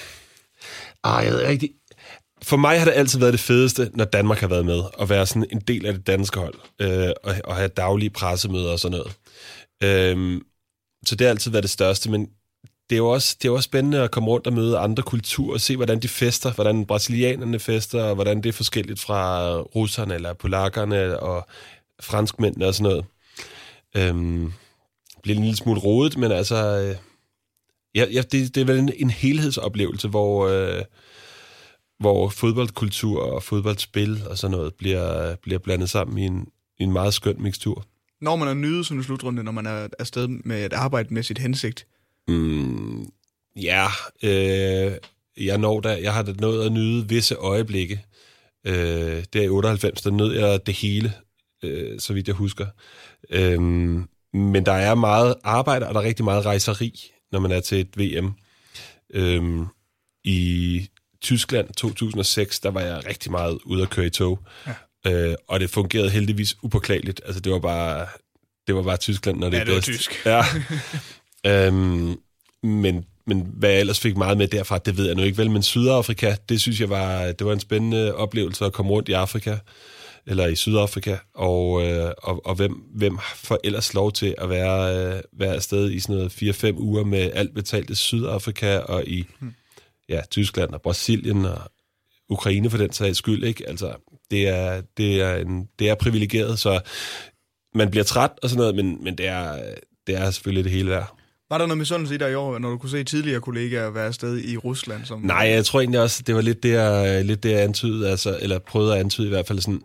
ah, jeg ved ikke, for mig har det altid været det fedeste, når Danmark har været med, at være sådan en del af det danske hold, øh, og, og have daglige pressemøder og sådan noget. Øh, så det har altid været det største, men det er jo også, det er også spændende at komme rundt og møde andre kulturer, og se, hvordan de fester, hvordan brasilianerne fester, og hvordan det er forskelligt fra russerne, eller polakkerne, og franskmændene og sådan noget. Øhm, bliver en lille smule rodet, men altså, øh, ja, ja, det, det er vel en, en helhedsoplevelse, hvor, øh, hvor fodboldkultur og fodboldspil og sådan noget bliver, bliver blandet sammen i en, i en meget skøn mixtur. Når man er nyde sådan en slutrunde, når man er afsted med at arbejde med sit hensigt? Mm, ja, øh, jeg, når der, jeg har da nået at nyde visse øjeblikke. Øh, der i otteoghalvfems, der nød jeg det hele, øh, så vidt jeg husker. Øh, men der er meget arbejde, og der er rigtig meget rejseri, når man er til et V M. Øh, I Tyskland to tusind og seks, der var jeg rigtig meget ude at køre i tog. Ja. Øh, og det fungerede heldigvis upåklageligt. Altså, det var bare, det var bare Tyskland, når det ja, er bedst. Ja, det var tysk. Ja. øhm, men, men hvad jeg ellers fik meget med derfra, det ved jeg nu ikke vel. Men Sydafrika, det synes jeg var, det var en spændende oplevelse at komme rundt i Afrika, eller i Sydafrika, og, øh, og, og hvem, hvem får ellers lov til at være, øh, være afsted i sådan noget fire fem uger med alt betalt i Sydafrika, og i hmm. ja, Tyskland og Brasilien og Ukraine for den sags skyld, ikke? Altså, det er, det er, en, det er privilegeret, så man bliver træt og sådan noget, men, men det, er, det er selvfølgelig det hele værd. Var der noget misundelse i dig i år, når du kunne se tidligere kollegaer være afsted i Rusland? Som... Nej, jeg tror egentlig også, det var lidt det, jeg, lidt det, jeg antydede, altså, eller prøvede at antyde i hvert fald sådan,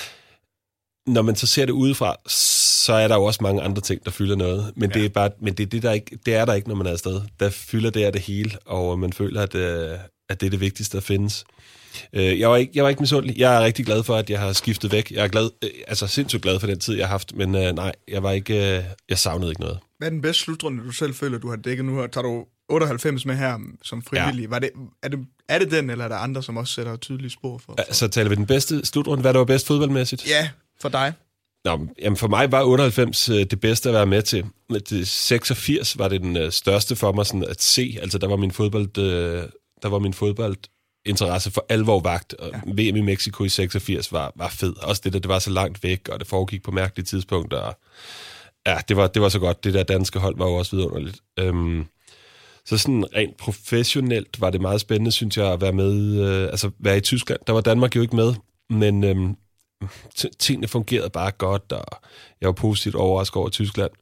når man så ser det udefra, så er der jo også mange andre ting, der fylder noget, men ja. det er bare, men det er det der ikke, det er der ikke, når man er afsted. Der fylder det af det hele, og man føler, at, at det er det vigtigste, der findes. Jeg var ikke, jeg var ikke misundelig. Jeg er rigtig glad for, at jeg har skiftet væk. Jeg er glad, altså sindssygt glad for den tid, jeg har haft, men nej, jeg var ikke, jeg savnede ikke noget. Hvad er den bedste slutrunde, du selv føler, du har dækket nu? Tager du otteoghalvfems med her som frivillig? Ja. Var det, er, det, er det den, eller er der andre, som også sætter tydelige spor for? for? Så taler vi den bedste slutrunde. Hvad der var bedst fodboldmæssigt? Ja, for dig. Nå, jamen for mig var otteoghalvfems det bedste at være med til. Det seksogfirs var det den største for mig sådan at se. Altså der var min fodbold, der var min fodbold interesse for alvor vagt, og ja. V M i Mexico i seksogfirs var, var fed. Også det der, det var så langt væk, og det foregik på mærkelige tidspunkter. Og ja, det var, det var så godt. Det der danske hold var jo også vidunderligt. Øhm, Så sådan rent professionelt var det meget spændende, synes jeg, at være med, øh, altså være i Tyskland. Der var Danmark jo ikke med, men øh, t- tingene fungerede bare godt, og jeg var positivt overrasket over Tyskland.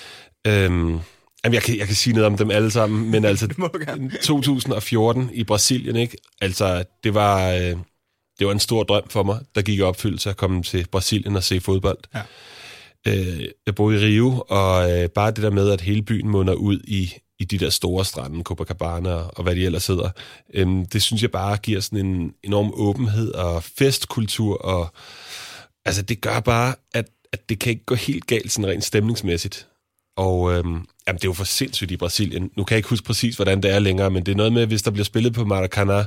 Øh, Jamen, jeg kan, jeg kan sige noget om dem alle sammen, men altså to tusind og fjorten i Brasilien, ikke? Altså, det var, øh, det var en stor drøm for mig, der gik i opfyldelse at komme til Brasilien og se fodbold. Ja. Øh, jeg boede i Rio, og øh, bare det der med, at hele byen munder ud i, i de der store strande, Copacabana og hvad de ellers hedder, øh, det synes jeg bare giver sådan en enorm åbenhed og festkultur, og altså, det gør bare, at, at det kan ikke gå helt galt sådan rent stemningsmæssigt. Og øhm, jamen, det er jo for sindssygt i Brasilien. Nu kan jeg ikke huske præcis, hvordan det er længere, men det er noget med, hvis der bliver spillet på Maracanã,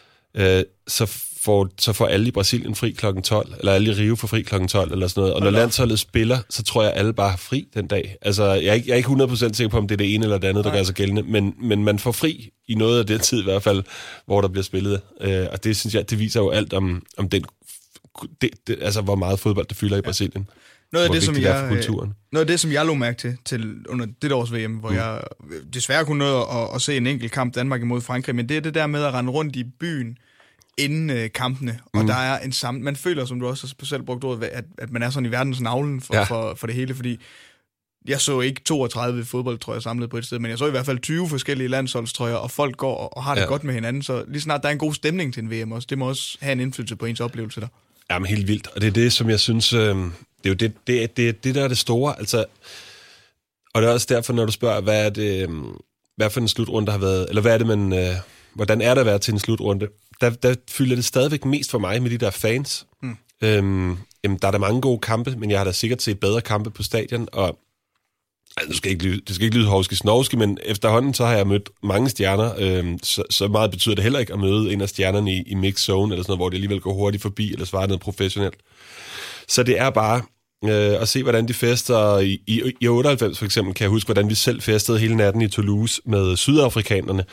øh, så, får, så får alle i Brasilien fri klokken tolv, eller alle i Rio får fri klokken tolv, eller sådan noget. Og når landsholdet spiller, så tror jeg, alle bare har fri den dag. Altså, jeg er ikke, jeg er ikke hundrede procent sikker på, om det er det ene eller det andet, der Nej. gør sig gældende, men, men man får fri i noget af den tid i hvert fald, hvor der bliver spillet. Øh, og det synes jeg, det viser jo alt om, om den, det, det, altså, hvor meget fodbold det fylder i Brasilien. Noget af, det, som jeg, noget af det, som jeg lå mærke til, til under det års V M, hvor mm. jeg desværre kunne nå at, at se en enkelt kamp Danmark imod Frankrig, men det er det der med at rende rundt i byen inden øh, kampene, og mm. der er en sammen. Man føler, som du også har specielt brugt ordet, at, at man er sådan i verdens navlen for, ja. for, for det hele, fordi jeg så ikke toogtredive fodboldtrøjer samlet på et sted, men jeg så i hvert fald tyve forskellige landsholdstrøjer, og folk går og, og har det ja. godt med hinanden, så lige snart der er en god stemning til en V M også, det må også have en indflydelse på ens oplevelse der. Jamen helt vildt, og det er det, som jeg synes... Øh... Det er jo det, det, det, det, der er det store, altså, og det er også derfor, når du spørger, hvad er det, hvad for en slutrunde der har været, eller hvad er det, man, øh, hvordan er det at være til en slutrunde, der, der fylder det stadigvæk mest for mig med de der fans. Mm. Øhm, jamen, der er der mange gode kampe, men jeg har da sikkert set bedre kampe på stadion, og altså, det, skal ikke lyde, det skal ikke lyde hovski-snovski, men efterhånden så har jeg mødt mange stjerner, øhm, så, så meget betyder det heller ikke at møde en af stjernerne i, i mix zone, eller sådan noget, hvor det alligevel går hurtigt forbi, eller svarer noget professionelt. Så det er bare øh, at se, hvordan de fester. I, i, i otteoghalvfems for eksempel kan jeg huske, hvordan vi selv festede hele natten i Toulouse med sydafrikanerne.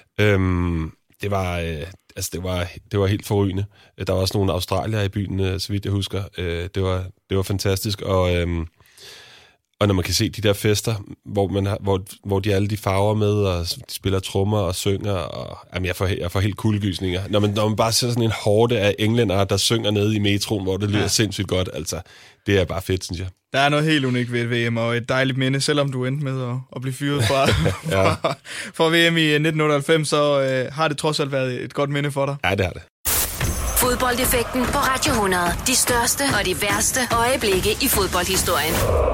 Øhm, det var øh, altså det var det var helt forrygende. Der var også nogle australiere i byen, øh, så vidt jeg husker. Øh, det var det var fantastisk, og øh, og når man kan se de der fester, hvor man har, hvor hvor de alle de farver med, og de spiller trommer og synger, og jamen jeg får jeg får helt kuldegysninger. Når man når man bare ser sådan en horde af englændere, der synger nede i metroen, hvor det lyder ja. sindssygt godt, altså det er bare fedt, synes jeg. Der er noget helt unikt ved et V M, og et dejligt minde, selvom du endte med at, at blive fyret fra, ja. fra, fra V M i nitten otteoghalvfems, så øh, har det trods alt været et godt minde for dig. Ja, det har det. Fodboldeffekten på Radio hundrede. De største og de værste øjeblikke i fodboldhistorien.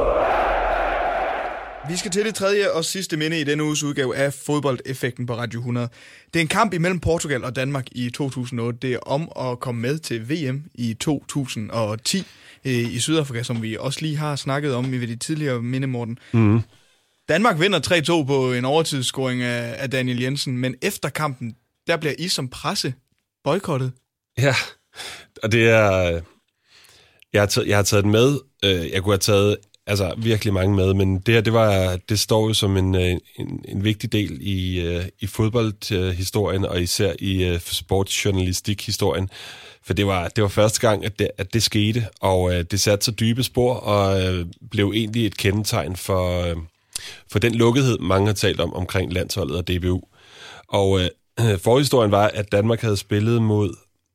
Vi skal til det tredje og sidste minde i denne uges udgave af Fodboldeffekten på Radio hundrede. Det er en kamp imellem Portugal og Danmark i to tusind og otte. Det er om at komme med til V M i to tusind og ti øh, i Sydafrika, som vi også lige har snakket om i de tidligere minde, Morten. Mm. Danmark vinder tre to på en overtidsscoring af, af Daniel Jensen, men efter kampen, der bliver I som presse boykottet. Ja, og det er... Jeg har taget, jeg har taget den med. Jeg kunne have taget... Altså virkelig mange med, men det her, det, var, det står jo som en, en, en vigtig del i, uh, i fodboldhistorien, og især i uh, sportsjournalistik-historien. For det var, det var første gang, at det, at det skete, og uh, det satte så dybe spor, og uh, blev egentlig et kendetegn for, uh, for den lukkethed, mange har talt om omkring landsholdet og D B U. Og uh, forhistorien var, at Danmark havde spillet mod...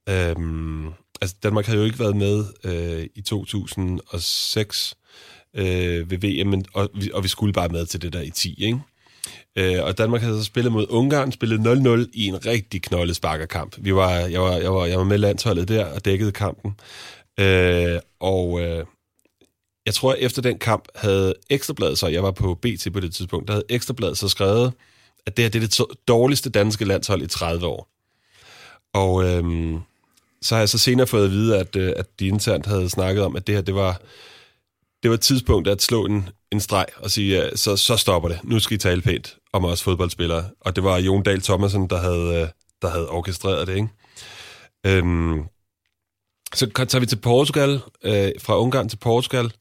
Uh, altså Danmark havde jo ikke været med uh, i to tusind og seks... Øh, ved V M, og vi, og vi skulle bare med til det der i ti, ikke? Øh, og Danmark havde så spillet mod Ungarn, spillet nul nul i en rigtig knoldet sparkerkamp. Vi var, jeg, var, jeg, var, jeg var med landsholdet der og dækkede kampen. Øh, og øh, jeg tror, efter den kamp havde Ekstrabladet, så jeg var på B T på det tidspunkt, der havde Ekstrabladet så skrevet, at det her det er det dårligste danske landshold i tredive år. Og øh, så har jeg så senere fået at vide, at, at de internt havde snakket om, at det her, det var... Det var et tidspunkt at slå en, en streg og sige, ja, så, så stopper det. Nu skal I tale pænt om os fodboldspillere. Og det var Jon Dahl Thomasen, der havde, der havde orkestreret det, ikke? Øhm, så tager vi til Portugal, øh, fra Ungarn til Portugal,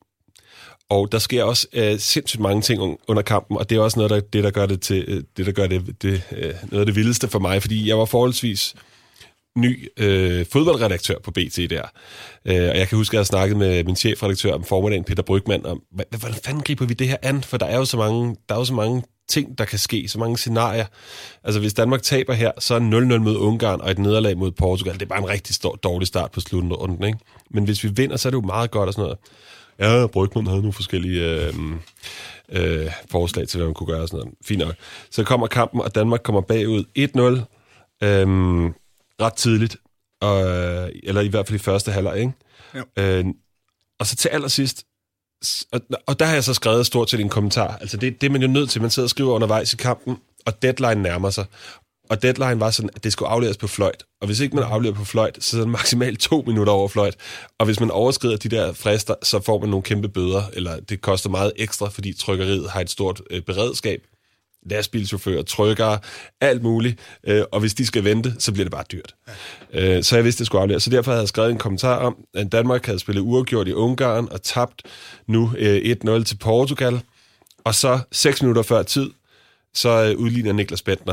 og der sker også øh, sindssygt mange ting under kampen, og det er også noget, der, det, der gør det til det, der gør det, det øh, noget af det vildeste for mig, fordi jeg var forholdsvis ny øh, fodboldredaktør på B T der. Øh, og jeg kan huske, at jeg har snakket med min chefredaktør om formiddagen, Peter Brygmann, om, hvordan fanden griber vi det her an? For der er jo så mange, der er jo så mange ting, der kan ske, så mange scenarier. Altså, hvis Danmark taber her, så er nul nul mod Ungarn og et nederlag mod Portugal. Det er bare en rigtig stor, dårlig start på slutrunden, ikke? Men hvis vi vinder, så er det jo meget godt og sådan noget. Ja, Brygman havde nogle forskellige øh, øh, forslag til, hvad man kunne gøre og sådan noget. Fint nok. Så kommer kampen, og Danmark kommer bagud et nul øh, ret tidligt, og, eller i hvert fald i første halvleg, ikke? Øh, og så til allersidst, og, og der har jeg så skrevet stort set en kommentar. Altså det, det er man jo nødt til. Man sidder og skriver undervejs i kampen, og deadline nærmer sig. Og deadline var sådan, at det skulle afleveres på fløjt. Og hvis ikke man afleverer på fløjt, så er det maksimalt to minutter over fløjt. Og hvis man overskrider de der frister, så får man nogle kæmpe bøder, eller det koster meget ekstra, fordi trykkeriet har et stort øh, beredskab. Lastbilchauffører, trykkere, alt muligt. Øh, og hvis de skal vente, så bliver det bare dyrt. Ja. Øh, så jeg vidste, det skulle afleveres. Så derfor havde jeg skrevet en kommentar om, at Danmark havde spillet uafgjort i Ungarn og tabt nu øh, et nul til Portugal. Og så seks minutter før tid, så øh, udligner Niklas Bentner.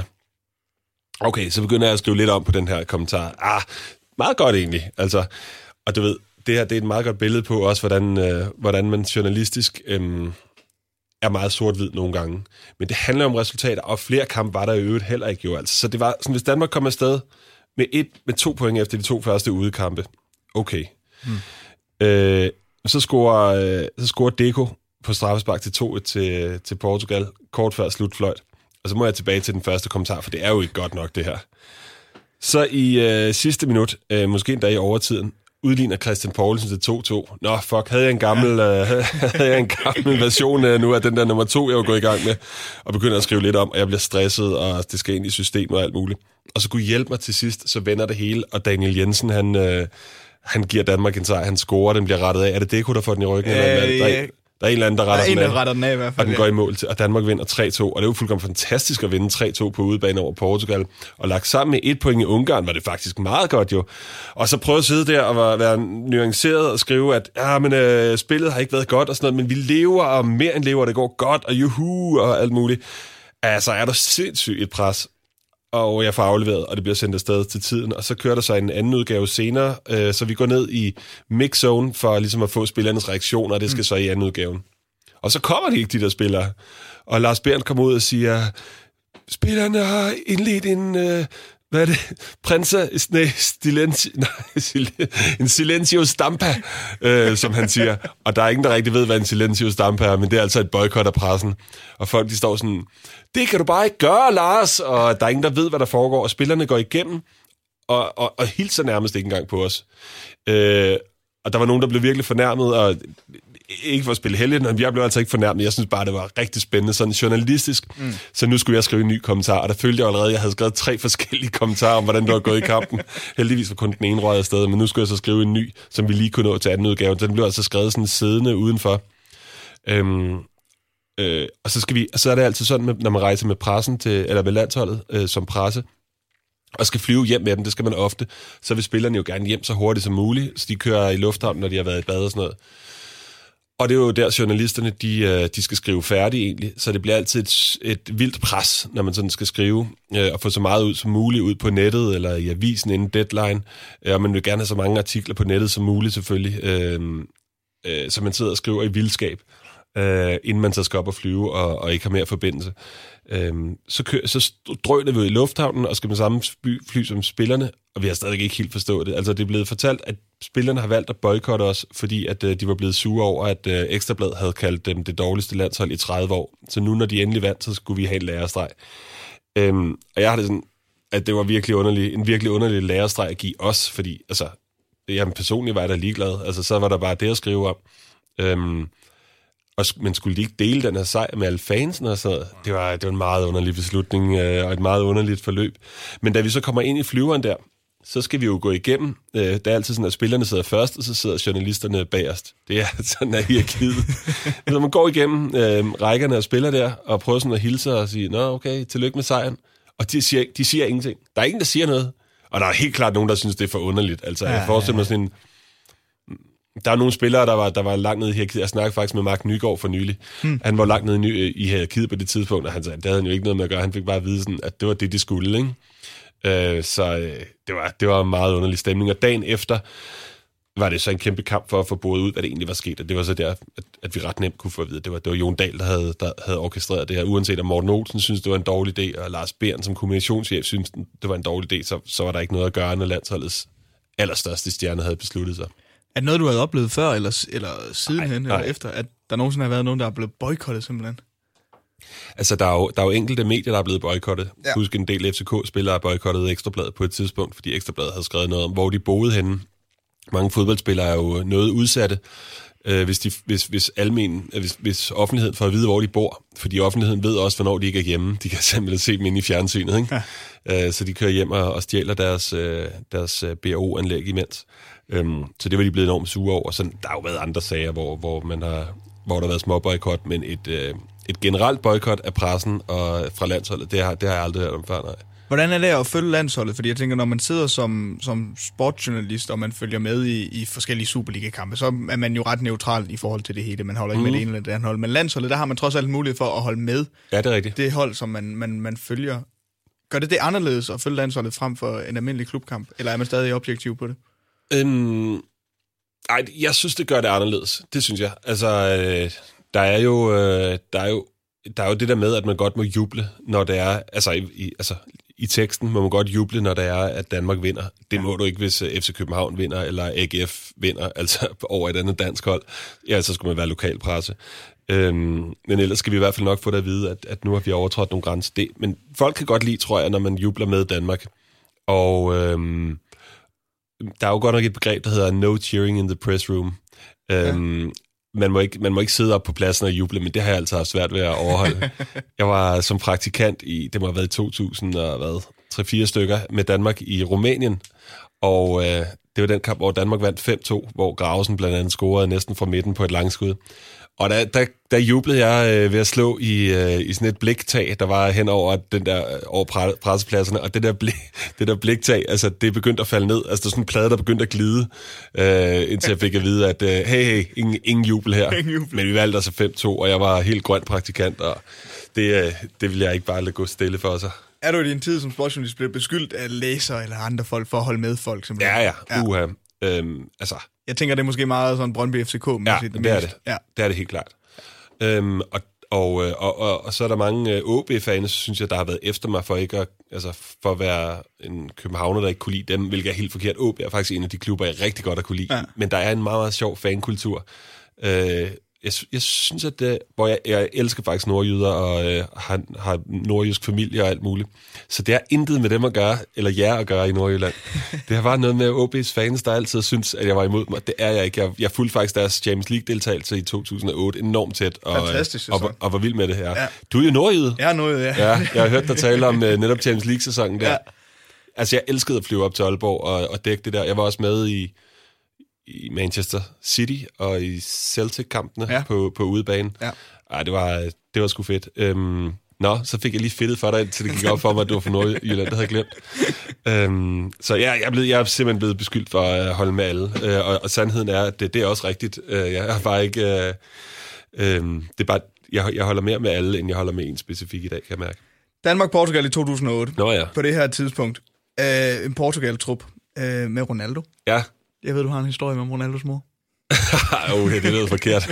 Okay, så begynder jeg at skrive lidt om på den her kommentar. Ah, meget godt egentlig. Altså, og du ved, det her det er et meget godt billede på også, hvordan, øh, hvordan man journalistisk øh, er meget sort-hvid nogle gange. Men det handler om resultater, og flere kampe var der i øvrigt heller ikke jo. Altså. Så det var sådan, hvis Danmark kom afsted med, et, med to point efter de to første udekampe. Okay. Hmm. Øh, så scorer, øh, så scorer Deco på straffespark til to et til, til Portugal, kort før slutfløjt. Og så må jeg tilbage til den første kommentar, for det er jo ikke godt nok, det her. Så i øh, sidste minut, øh, måske endda i overtiden, udligner Christian Poulsen til to to. Nå, fuck, havde jeg en gammel, ja. øh, havde jeg en gammel version øh, nu af den der nummer to, jeg var gået i gang med, og begynder at skrive lidt om, og jeg bliver stresset, og det skal ind i systemet og alt muligt. Og så kunne hjælpe mig til sidst, så vender det hele, og Daniel Jensen, han, øh, han giver Danmark en sejr, han scorer, den bliver rettet af. Er det Deco, der får den i ryggen? Ja, eller, ja, ja. Der er en eller anden, der retter, der en, den, der retter den af, i hvert fald. Og den går i mål til, og Danmark vinder tre to. Og det er jo fuldkommen fantastisk at vinde tre to på udebane over Portugal. Og lagt sammen med et point i Ungarn, var det faktisk meget godt jo. Og så prøve at sidde der og være nuanceret og skrive, at ja, men, øh, spillet har ikke været godt og sådan noget, men vi lever, og mere end lever, det går godt, og juhu, og alt muligt. Altså, er der sindssygt et pres. Og jeg får afleveret, og det bliver sendt afsted til tiden. Og så kører der så en anden udgave senere, øh, så vi går ned i mix-zone for ligesom at få spillernes reaktioner, og det skal mm. så i anden udgaven. Og så kommer de ikke, de der spillere. Og Lars Bernd kommer ud og siger, spillerne har indledt en, øh, hvad er det, prinsa, nej, stilenci, nej, en silencio stampa, øh, som han siger. Og der er ingen, der rigtig ved, hvad en silencio stampa er, men det er altså et boykot af pressen. Og folk, de står sådan, det kan du bare ikke gøre, Lars, og der er ingen, der ved, hvad der foregår, og spillerne går igennem, og, og, og hilser nærmest ikke engang på os. Øh, og der var nogen, der blev virkelig fornærmet, og ikke for at spille heldigt, men jeg blev altså ikke fornærmet. Jeg synes bare, det var rigtig spændende, sådan journalistisk. Mm. Så nu skulle jeg skrive en ny kommentar, og der følte jeg allerede, at jeg havde skrevet tre forskellige kommentarer om, hvordan det var gået i kampen. Heldigvis var kun den ene røget afsted, men nu skulle jeg så skrive en ny, som vi lige kunne nå til anden udgave. Den blev altså skrevet sådan siddende udenfor. Øhm, øh, og så, skal vi, og så er det altid sådan, når man rejser med pressen til, eller med landsholdet øh, som presse, og skal flyve hjem med dem, det skal man ofte, så vil spillerne jo gerne hjem så hurtigt som muligt, så de kører i lufthavnen, når de har været i bad og sådan noget. Og det er jo der, journalisterne, de, de skal skrive færdigt egentlig, så det bliver altid et, et vildt pres, når man sådan skal skrive, øh, og få så meget ud som muligt ud på nettet, eller i avisen inden deadline, øh, og man vil gerne have så mange artikler på nettet som muligt selvfølgelig, øh, øh, så man sidder og skriver i vildskab, øh, inden man så skal op og flyve, og, og ikke har mere forbindelse. Øh, så, kø- så drøner vi i lufthavnen, og skal med samme fly, fly som spillerne, og vi har stadig ikke helt forstået det. Altså, det er blevet fortalt, at spillerne har valgt at boykotte os, fordi at, øh, de var blevet sure over, at øh, Ekstra Bladet havde kaldt dem det dårligste landshold i tredive år. Så nu, når de endelig vandt, så skulle vi have en lærestreg. Øhm, og jeg har det sådan, at det var virkelig underlig, en virkelig underlig lærestreg at give os, fordi, altså, jamen, personligt var jeg da ligeglad. Altså, så var der bare det at skrive om. Øhm, og, men skulle de ikke dele den her sejr med alle fansen og så? Det var, det var en meget underlig beslutning, øh, og et meget underligt forløb. Men da vi så kommer ind i flyveren der, så skal vi jo gå igennem. Det er altid sådan, at spillerne sidder først, og så sidder journalisterne bagerst. Det er sådan en hierarkiet. Så man går igennem øh, rækkerne og spiller der, og prøver sådan at hilse og sige, nå okay, tillykke med sejren. Og de siger, de siger ingenting. Der er ingen, der siger noget. Og der er helt klart nogen, der synes, det er for underligt. Altså, ja, jeg forestiller mig sådan en... Der er nogle spillere, der var, der var langt nede i hierarkiet. Jeg snakkede faktisk med Mark Nygaard for nylig. Hmm. Han var langt nede i, i hierarkiet på det tidspunkt, og han sagde, det havde han jo ikke noget med at gøre. Han fik bare at vide, sådan, at det var det, de skulle, ikke? Øh, så øh, det, var, det var en meget underlig stemning. Og dagen efter, var det så en kæmpe kamp for at få boret ud, hvad det egentlig var sket. Og det var så der, at, at vi ret nemt kunne få at vide, det var, det var Jon Dahl, der havde, der havde orkestreret det her. Uanset om Morten Olsen synes det var en dårlig idé, og Lars Bern som kommunikationschef synes det var en dårlig idé, så, så var der ikke noget at gøre, når landsholdets allerstørste stjerne havde besluttet sig. Er det noget, du havde oplevet før, eller, eller sidenhen, nej, nej. eller efter, at der nogensinde har været nogen, der er blevet boykottet simpelthen? Altså, der er, jo, der er jo enkelte medier, der er blevet boykottet. Ja. Husk, en del F C K-spillere er boykottet Ekstrabladet på et tidspunkt, fordi Ekstrabladet havde skrevet noget om, hvor de boede henne. Mange fodboldspillere er jo noget udsatte, øh, hvis, de, hvis, hvis, almen, hvis, hvis offentligheden får at vide, hvor de bor. Fordi offentligheden ved også, hvornår de ikke er hjemme. De kan simpelthen se dem inde i fjernsynet, ikke? Ja. Øh, så de kører hjem og, og stjæler deres, øh, deres B R O-anlæg imens. Øhm, så det var de blevet enormt sure over. Så der har jo været andre sager, hvor, hvor, man har, hvor der har været små boykot, men et, øh, et generelt boykot af pressen og fra landsholdet, det har, det har jeg aldrig hørt om før, nej. Hvordan er det at følge landsholdet? Fordi jeg tænker, når man sidder som, som sportsjournalist, og man følger med i, i forskellige Superliga-kampe, så er man jo ret neutral i forhold til det hele. Man holder ikke mm. med det ene eller det andet hold. Men landsholdet, der har man trods alt mulighed for at holde med. Ja, det er rigtigt. Det hold, som man, man, man følger. Gør det det anderledes at følge landsholdet frem for en almindelig klubkamp? Eller er man stadig objektiv på det? Øhm, ej, jeg synes, det gør det anderledes. Det synes jeg. Altså, øh, der er jo... Øh, der er jo Der er jo det der med, at man godt må juble, når det er, altså i, i, altså i teksten må man godt juble, når det er, at Danmark vinder. Det må du ikke, hvis F C København vinder, eller A G F vinder, altså over et andet dansk hold. Ja, så skulle man være lokalpresse. Øhm, men ellers skal vi i hvert fald nok få det at vide, at, at nu har vi overtrådt nogle grænser. Det, men folk kan godt lide, tror jeg, når man jubler med Danmark. Og øhm, der er jo godt nok et begreb, der hedder no cheering in the press room. Øhm, ja. Man må, ikke, man må ikke sidde op på pladsen og juble, men det har jeg altså haft svært ved at overholde. Jeg var som praktikant i, det må have været i to tusind og hvad, tre fire stykker med Danmark i Rumænien, og øh, det var den kamp, hvor Danmark vandt fem to, hvor Gravesen blandt andet scorede næsten fra midten på et langskud. Og der, der, der jublede jeg øh, ved at slå i, øh, i sådan et bliktag, der var hen over den der over pressepladserne, og det der, blik, det der bliktag, altså det begyndte at falde ned. Altså der er sådan en plade, der begyndte at glide, øh, indtil jeg fik at vide, at øh, hey, hey, ingen, ingen jubel her. Ingen jubel. Men vi valgte altså fem to, og jeg var helt grøn praktikant, og det, øh, det ville jeg ikke bare lade gå stille for sig. Er du i din tid som sportsjournalist blevet beskyldt af læsere eller andre folk for at holde med folk? Simpelthen? Ja, ja, uha. Øhm, altså... Jeg tænker, det er måske meget sådan Brøndby F C K. Ja, det, det er det. Ja. Det er det helt klart. Øhm, og, og, og, og, og så er der mange O B-fans, synes jeg, der har været efter mig for ikke at, altså for at være en københavner, der ikke kunne lide dem, hvilket er helt forkert. O B er faktisk en af de klubber, jeg rigtig godt at kunne lide. Ja. Men der er en meget, meget sjov fankultur. Øh, jeg, jeg synes, at det, hvor jeg, jeg elsker faktisk nordjyder og øh, har, har nordjysk familie og alt muligt. Så det er intet med dem at gøre, eller jer at gøre i Nordjylland. Det har bare noget med O B's fans, der altid synes, at jeg var imod mig. Det er jeg ikke. Jeg, jeg fulgte faktisk deres Champions League-deltagelse i to tusind og otte enormt tæt. Og, Fantastisk og, og, og var vild med det her. Ja. Du er jo nordjyde. Jeg er nordjyde, ja. ja. Jeg har hørt dig tale om uh, netop Champions League-sæsonen der. Ja. Altså, jeg elskede at flyve op til Aalborg og, og dække det der. Jeg var også med i, i Manchester City og i Celtic-kampene ja. på, på udebane. Ja. Ej, det var, det var sgu fedt. Øhm, Nå, så fik jeg lige fedtet for dig, indtil det gik op for mig, at du var fra Nordjylland, det havde jeg glemt. Øhm, så ja, jeg er, blevet, jeg er simpelthen blevet beskyldt for at holde med alle. Øh, og, og sandheden er, at det, det er også rigtigt. Øh, jeg er bare ikke... Øh, øh, det er bare, jeg, jeg holder mere med alle, end jeg holder med en specifik i dag, kan jeg mærke. Danmark-Portugal i to tusind og otte. Nå ja. På det her tidspunkt. Øh, en Portugal-trup øh, med Ronaldo. Ja. Jeg ved, du har en historie med Ronaldos mor. okay, det lyder forkert.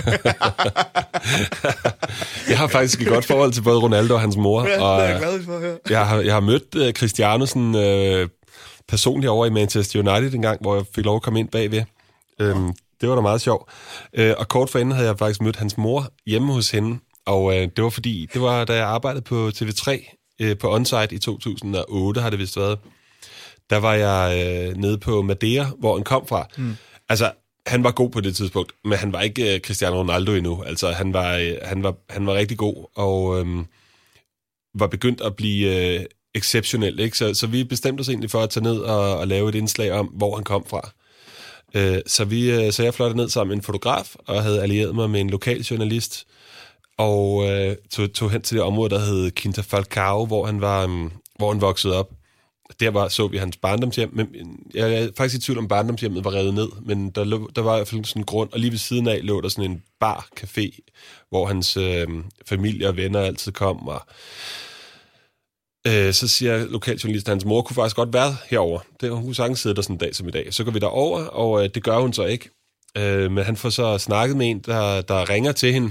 Jeg har faktisk et godt forhold til både Ronaldo og hans mor. Ja, og det er jeg glad for at høre. Jeg har, jeg har mødt uh, Cristiano sådan, uh, personligt over i Manchester United en gang, hvor jeg fik lov at komme ind bagved. Um, det var da meget sjovt. Uh, og kort forinden havde jeg faktisk mødt hans mor hjemme hos hende. Og uh, det var fordi, det var da jeg arbejdede på T V tre uh, på Onsite i to tusind og otte, har det vist været. Der var jeg uh, nede på Madeira, hvor han kom fra. Mm. Altså, han var god på det tidspunkt, men han var ikke uh, Cristiano Ronaldo endnu. Altså, han var, uh, han var, han var rigtig god, og um, var begyndt at blive uh, exceptionel, ikke? Så, så vi bestemte os egentlig for at tage ned og, og lave et indslag om, hvor han kom fra. Uh, så, vi, uh, så jeg flyttede ned sammen med en fotograf, og havde allieret mig med en lokal journalist, og uh, tog, tog hen til det område, der hed Quinta Falcao, hvor han, var, um, hvor han voksede op. Der var, så vi hans barndomshjem, men jeg er faktisk i tvivl om, barndomshjemmet var revet ned, men der, lå, der var i hvert fald sådan en grund, og lige ved siden af lå der sådan en bar-café, hvor hans øh, familie og venner altid kom, og Øh, så siger lokaljournalisten, at hans mor kunne faktisk godt være herover. Det, hun kunne sagtens sidde der sådan en dag som i dag. Så går vi derover, og øh, det gør hun så ikke. Øh, men han får så snakket med en, der, der ringer til hende.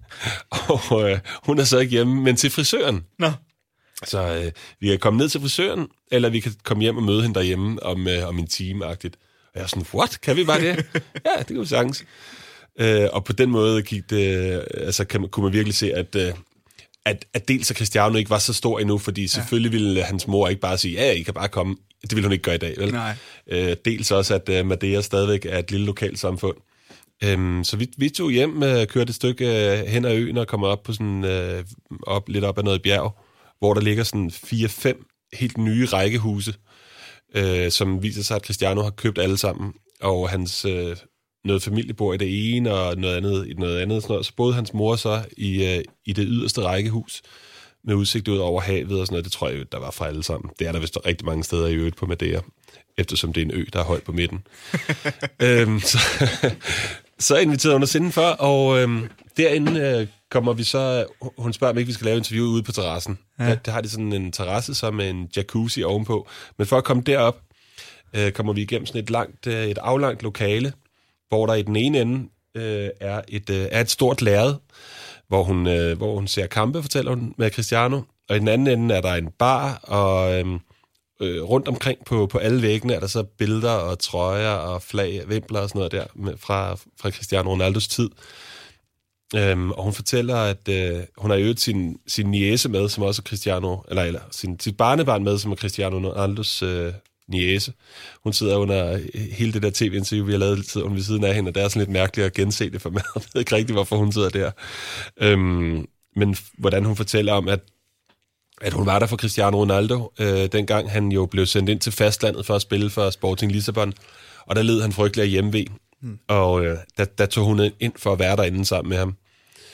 og øh, hun er så ikke hjemme, men til frisøren. Nå. Så øh, vi kan komme ned til frisøren, eller vi kan komme hjem og møde hende derhjemme om, øh, om en time-agtigt. Og jeg er sådan, what? Kan vi bare det? Ja, det kan vi sagtens. Øh, og på den måde gik det, altså, kan man, kunne man virkelig se, at... Øh, At, at dels at Cristiano ikke var så stor endnu, fordi selvfølgelig ja. ville hans mor ikke bare sige, ja, I kan bare komme. Det ville hun ikke gøre i dag, vel? Nej. Øh, dels også, at uh, Madeira stadigvæk er et lille lokalt samfund. Um, så vi, vi tog hjem, uh, kørte et stykke uh, hen ad øen og kom op på sådan uh, op, lidt op ad noget bjerg, hvor der ligger sådan fire fem helt nye rækkehuse, uh, som viser sig, at Cristiano har købt alle sammen, og hans... Uh, noget familie bor i det ene, og noget andet i noget andet. Sådan noget. Så boede hans mor så i, øh, i det yderste rækkehus, med udsigt ud over havet og sådan noget. Det tror jeg, der var fra alle sammen. Det er der vist rigtig mange steder i øvrigt på Madeira, eftersom det er en ø, der er højt på midten. øhm, så, så inviterede hun os indenfor, og øhm, derinde øh, kommer vi så... Hun spørger, om ikke vi skal lave interview ude på terrassen. Ja. Der, der har de sådan en terrasse, som med en jacuzzi ovenpå. Men for at komme derop, øh, kommer vi igennem sådan et, langt, øh, et aflangt lokale, hvor der i den ene ende øh, er, et, øh, er et stort lærred, hvor hun, øh, hvor hun ser kampe, fortæller hun, med Cristiano. Og i den anden ende er der en bar, og øh, øh, rundt omkring på, på alle væggene er der så billeder og trøjer og flag, vimpler og sådan noget der med, fra, fra Cristiano Ronaldos tid. Øhm, og hun fortæller, at øh, hun har øvet sin, sin niece med, som også er Cristiano, eller, eller sin, sit barnebarn med, som er Cristiano Ronaldos øh, niece. Hun sidder under hele det der tv-interview, vi har lavet lidt ved siden af hende, og det er sådan lidt mærkeligt at gense det for mig. Jeg ved ikke rigtigt, hvorfor hun sidder der. Øhm, men hvordan hun fortæller om, at, at hun var der for Cristiano Ronaldo, øh, dengang han jo blev sendt ind til fastlandet for at spille for Sporting Lissabon, og der led han frygtelig af hjemve. Hmm. Og øh, der, der tog hun ind for at være derinde sammen med ham.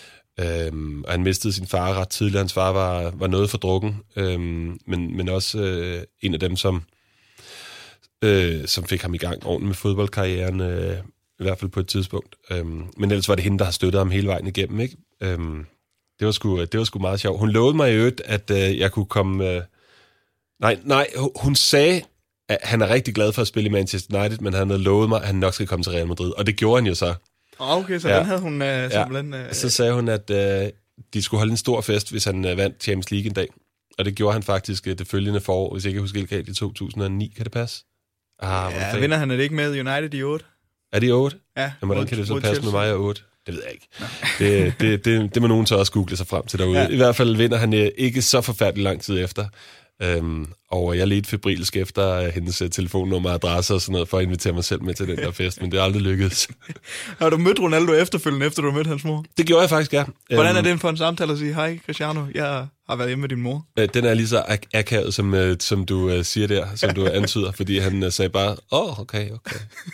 Øhm, og han mistede sin far ret tidligt. Hans far var, var noget for drukken, øhm, men, men også øh, en af dem, som Øh, som fik ham i gang ordentligt med fodboldkarrieren, øh, i hvert fald på et tidspunkt. Øhm, men ellers var det hende, der har støttet ham hele vejen igennem, ikke? Øhm, det, var sgu, det var sgu meget sjovt. Hun lovede mig i øvrigt, at øh, jeg kunne komme... Øh... Nej, nej, hun sagde, at han er rigtig glad for at spille i Manchester United, men han havde lovet mig, at han nok skal komme til Real Madrid. Og det gjorde han jo så. Okay, så ja. Den havde hun øh, simpelthen... Øh... Så sagde hun, at øh, de skulle holde en stor fest, hvis han øh, vandt Champions League en dag. Og det gjorde han faktisk øh, det følgende forår, hvis jeg ikke husker helt galt, i to tusind og ni. Kan det passe? Ah, ja, vinder han det ikke med United i otte? Er det otte? Ja. Jamen, hvordan kan det så passe med mig og otte? Det ved jeg ikke. Det, det, det, det må nogen så også google sig frem til derude. Ja. I hvert fald vinder han ikke så forfærdelig lang tid efter. Øhm, og jeg ledte febrilsk efter hendes telefonnummer, adresse og sådan noget, for at invitere mig selv med til den der fest, men det er aldrig lykkedes. Har du mødt Ronaldo efterfølgende, efter du mødte hans mor? Det gjorde jeg faktisk, ja. Hvordan er det for en samtale at sige, hej Cristiano, jeg har været hjemme med din mor? Den er lige så ak- akavet, som, som du siger der, som du antyder, fordi han sagde bare, åh, oh, okay, okay.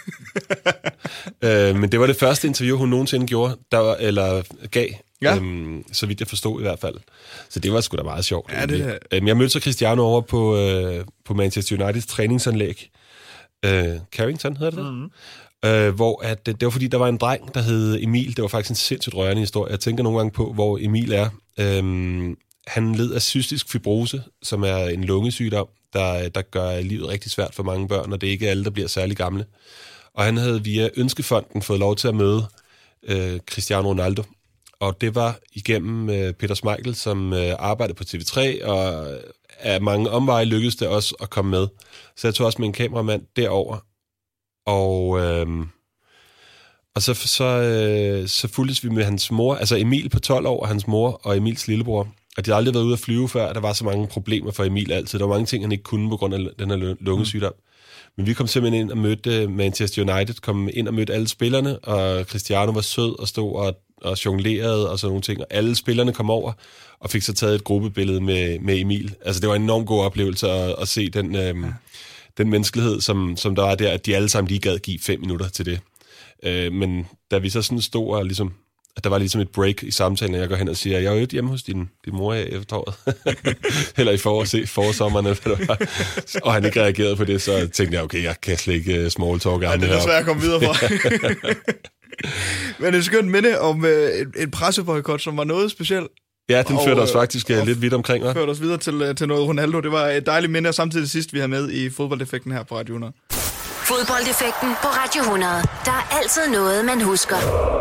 øh, men det var det første interview, hun nogensinde gjorde, der var, eller gav. Ja. Øhm, så vidt jeg forstod i hvert fald. Så det var sgu da meget sjovt. Ja, det øhm, jeg mødte så Cristiano over på, øh, på Manchester Uniteds træningsanlæg. Øh, Carrington hedder det mm-hmm. øh, hvor at, det var fordi, der var en dreng, der hed Emil. Det var faktisk en sindssygt rørende historie. Jeg tænker nogle gange på, hvor Emil er. Øhm, han led af cystisk fibrose, som er en lungesygdom, der, der gør livet rigtig svært for mange børn, og det er ikke alle, der bliver særlig gamle. Og han havde via Ønskefonden fået lov til at møde øh, Cristiano Ronaldo. Og det var igennem øh, Peter Schmeichel, som øh, arbejdede på T V tre, og af mange omveje lykkedes det også at komme med. Så jeg tog også med en kameramand derover, og, øh, og så, så, øh, så fulgtes vi med hans mor, altså Emil på tolv år, og hans mor og Emils lillebror. Og de havde aldrig været ude at flyve før, der var så mange problemer for Emil altid. Der var mange ting, han ikke kunne på grund af den her lungesygdom. Mm. Men vi kom simpelthen ind og mødte Manchester United, kom ind og mødte alle spillerne, og Cristiano var sød og stod og, og jonglerede og sådan nogle ting. Og alle spillerne kom over og fik så taget et gruppebillede med, med Emil. Altså det var en enormt god oplevelse at, at se den, øhm, ja. den menneskelighed, som, som der var der, at de alle sammen lige gad give fem minutter til det. Øh, men da vi så sådan stod og ligesom... at der var ligesom et break i samtalen, og jeg går hen og siger, jeg er jo hjemme hos din, din mor i efteråret. Eller i forår, se, forsommeren, eller hvad det var. Og han ikke reagerede på det, så tænkte jeg, okay, jeg kan slet ikke small talk. Ja, det er svært at komme videre fra. Men et skønt minde om uh, et, et presseboykot, som var noget specielt. Ja, den førte os faktisk og, lidt vidt omkring, hva'? Førte os videre til, til noget Ronaldo. Det var et dejligt minde, og samtidig sidst, vi har med i fodboldeffekten her på Radio hundrede. Fodboldeffekten på Radio hundrede. Der er altid noget, man husker.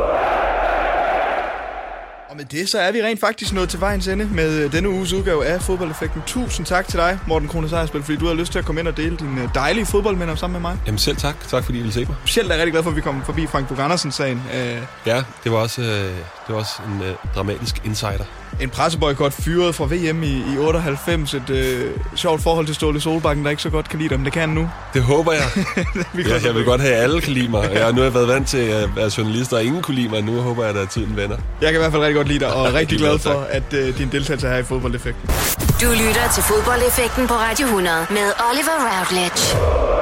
Og med det, så er vi rent faktisk nået til vejens ende med denne uges udgave af Fodboldeffekten. Tusind tak til dig, Morten Krone Sejersbøl, fordi du har lyst til at komme ind og dele dine dejlige fodboldminder sammen med mig. Jamen selv tak. Tak fordi I ville se mig. Specielt er jeg rigtig glad for, at vi kom forbi Frank Bug Andersen-sagen. Ja, det var også, øh, det var også en øh, dramatisk insider. En presseboykot fyret fra V M i, i otteoghalvfems. Et øh, sjovt forhold til Ståle Solbakken, der ikke så godt kan lide dem. Det kan han nu. Det håber jeg. ja, jeg vil godt have, at alle kan lide mig. Jeg, nu har jeg været vant til at være journalist, og ingen kunne lide mig. Nu håber jeg, at tiden vender. Jeg kan i hvert fald rigtig godt lide dig, og rigtig glad for, at øh, din deltagelse her i Fodboldeffekten. Du lytter til Fodboldeffekten på Radio hundrede med Oliver Routledge.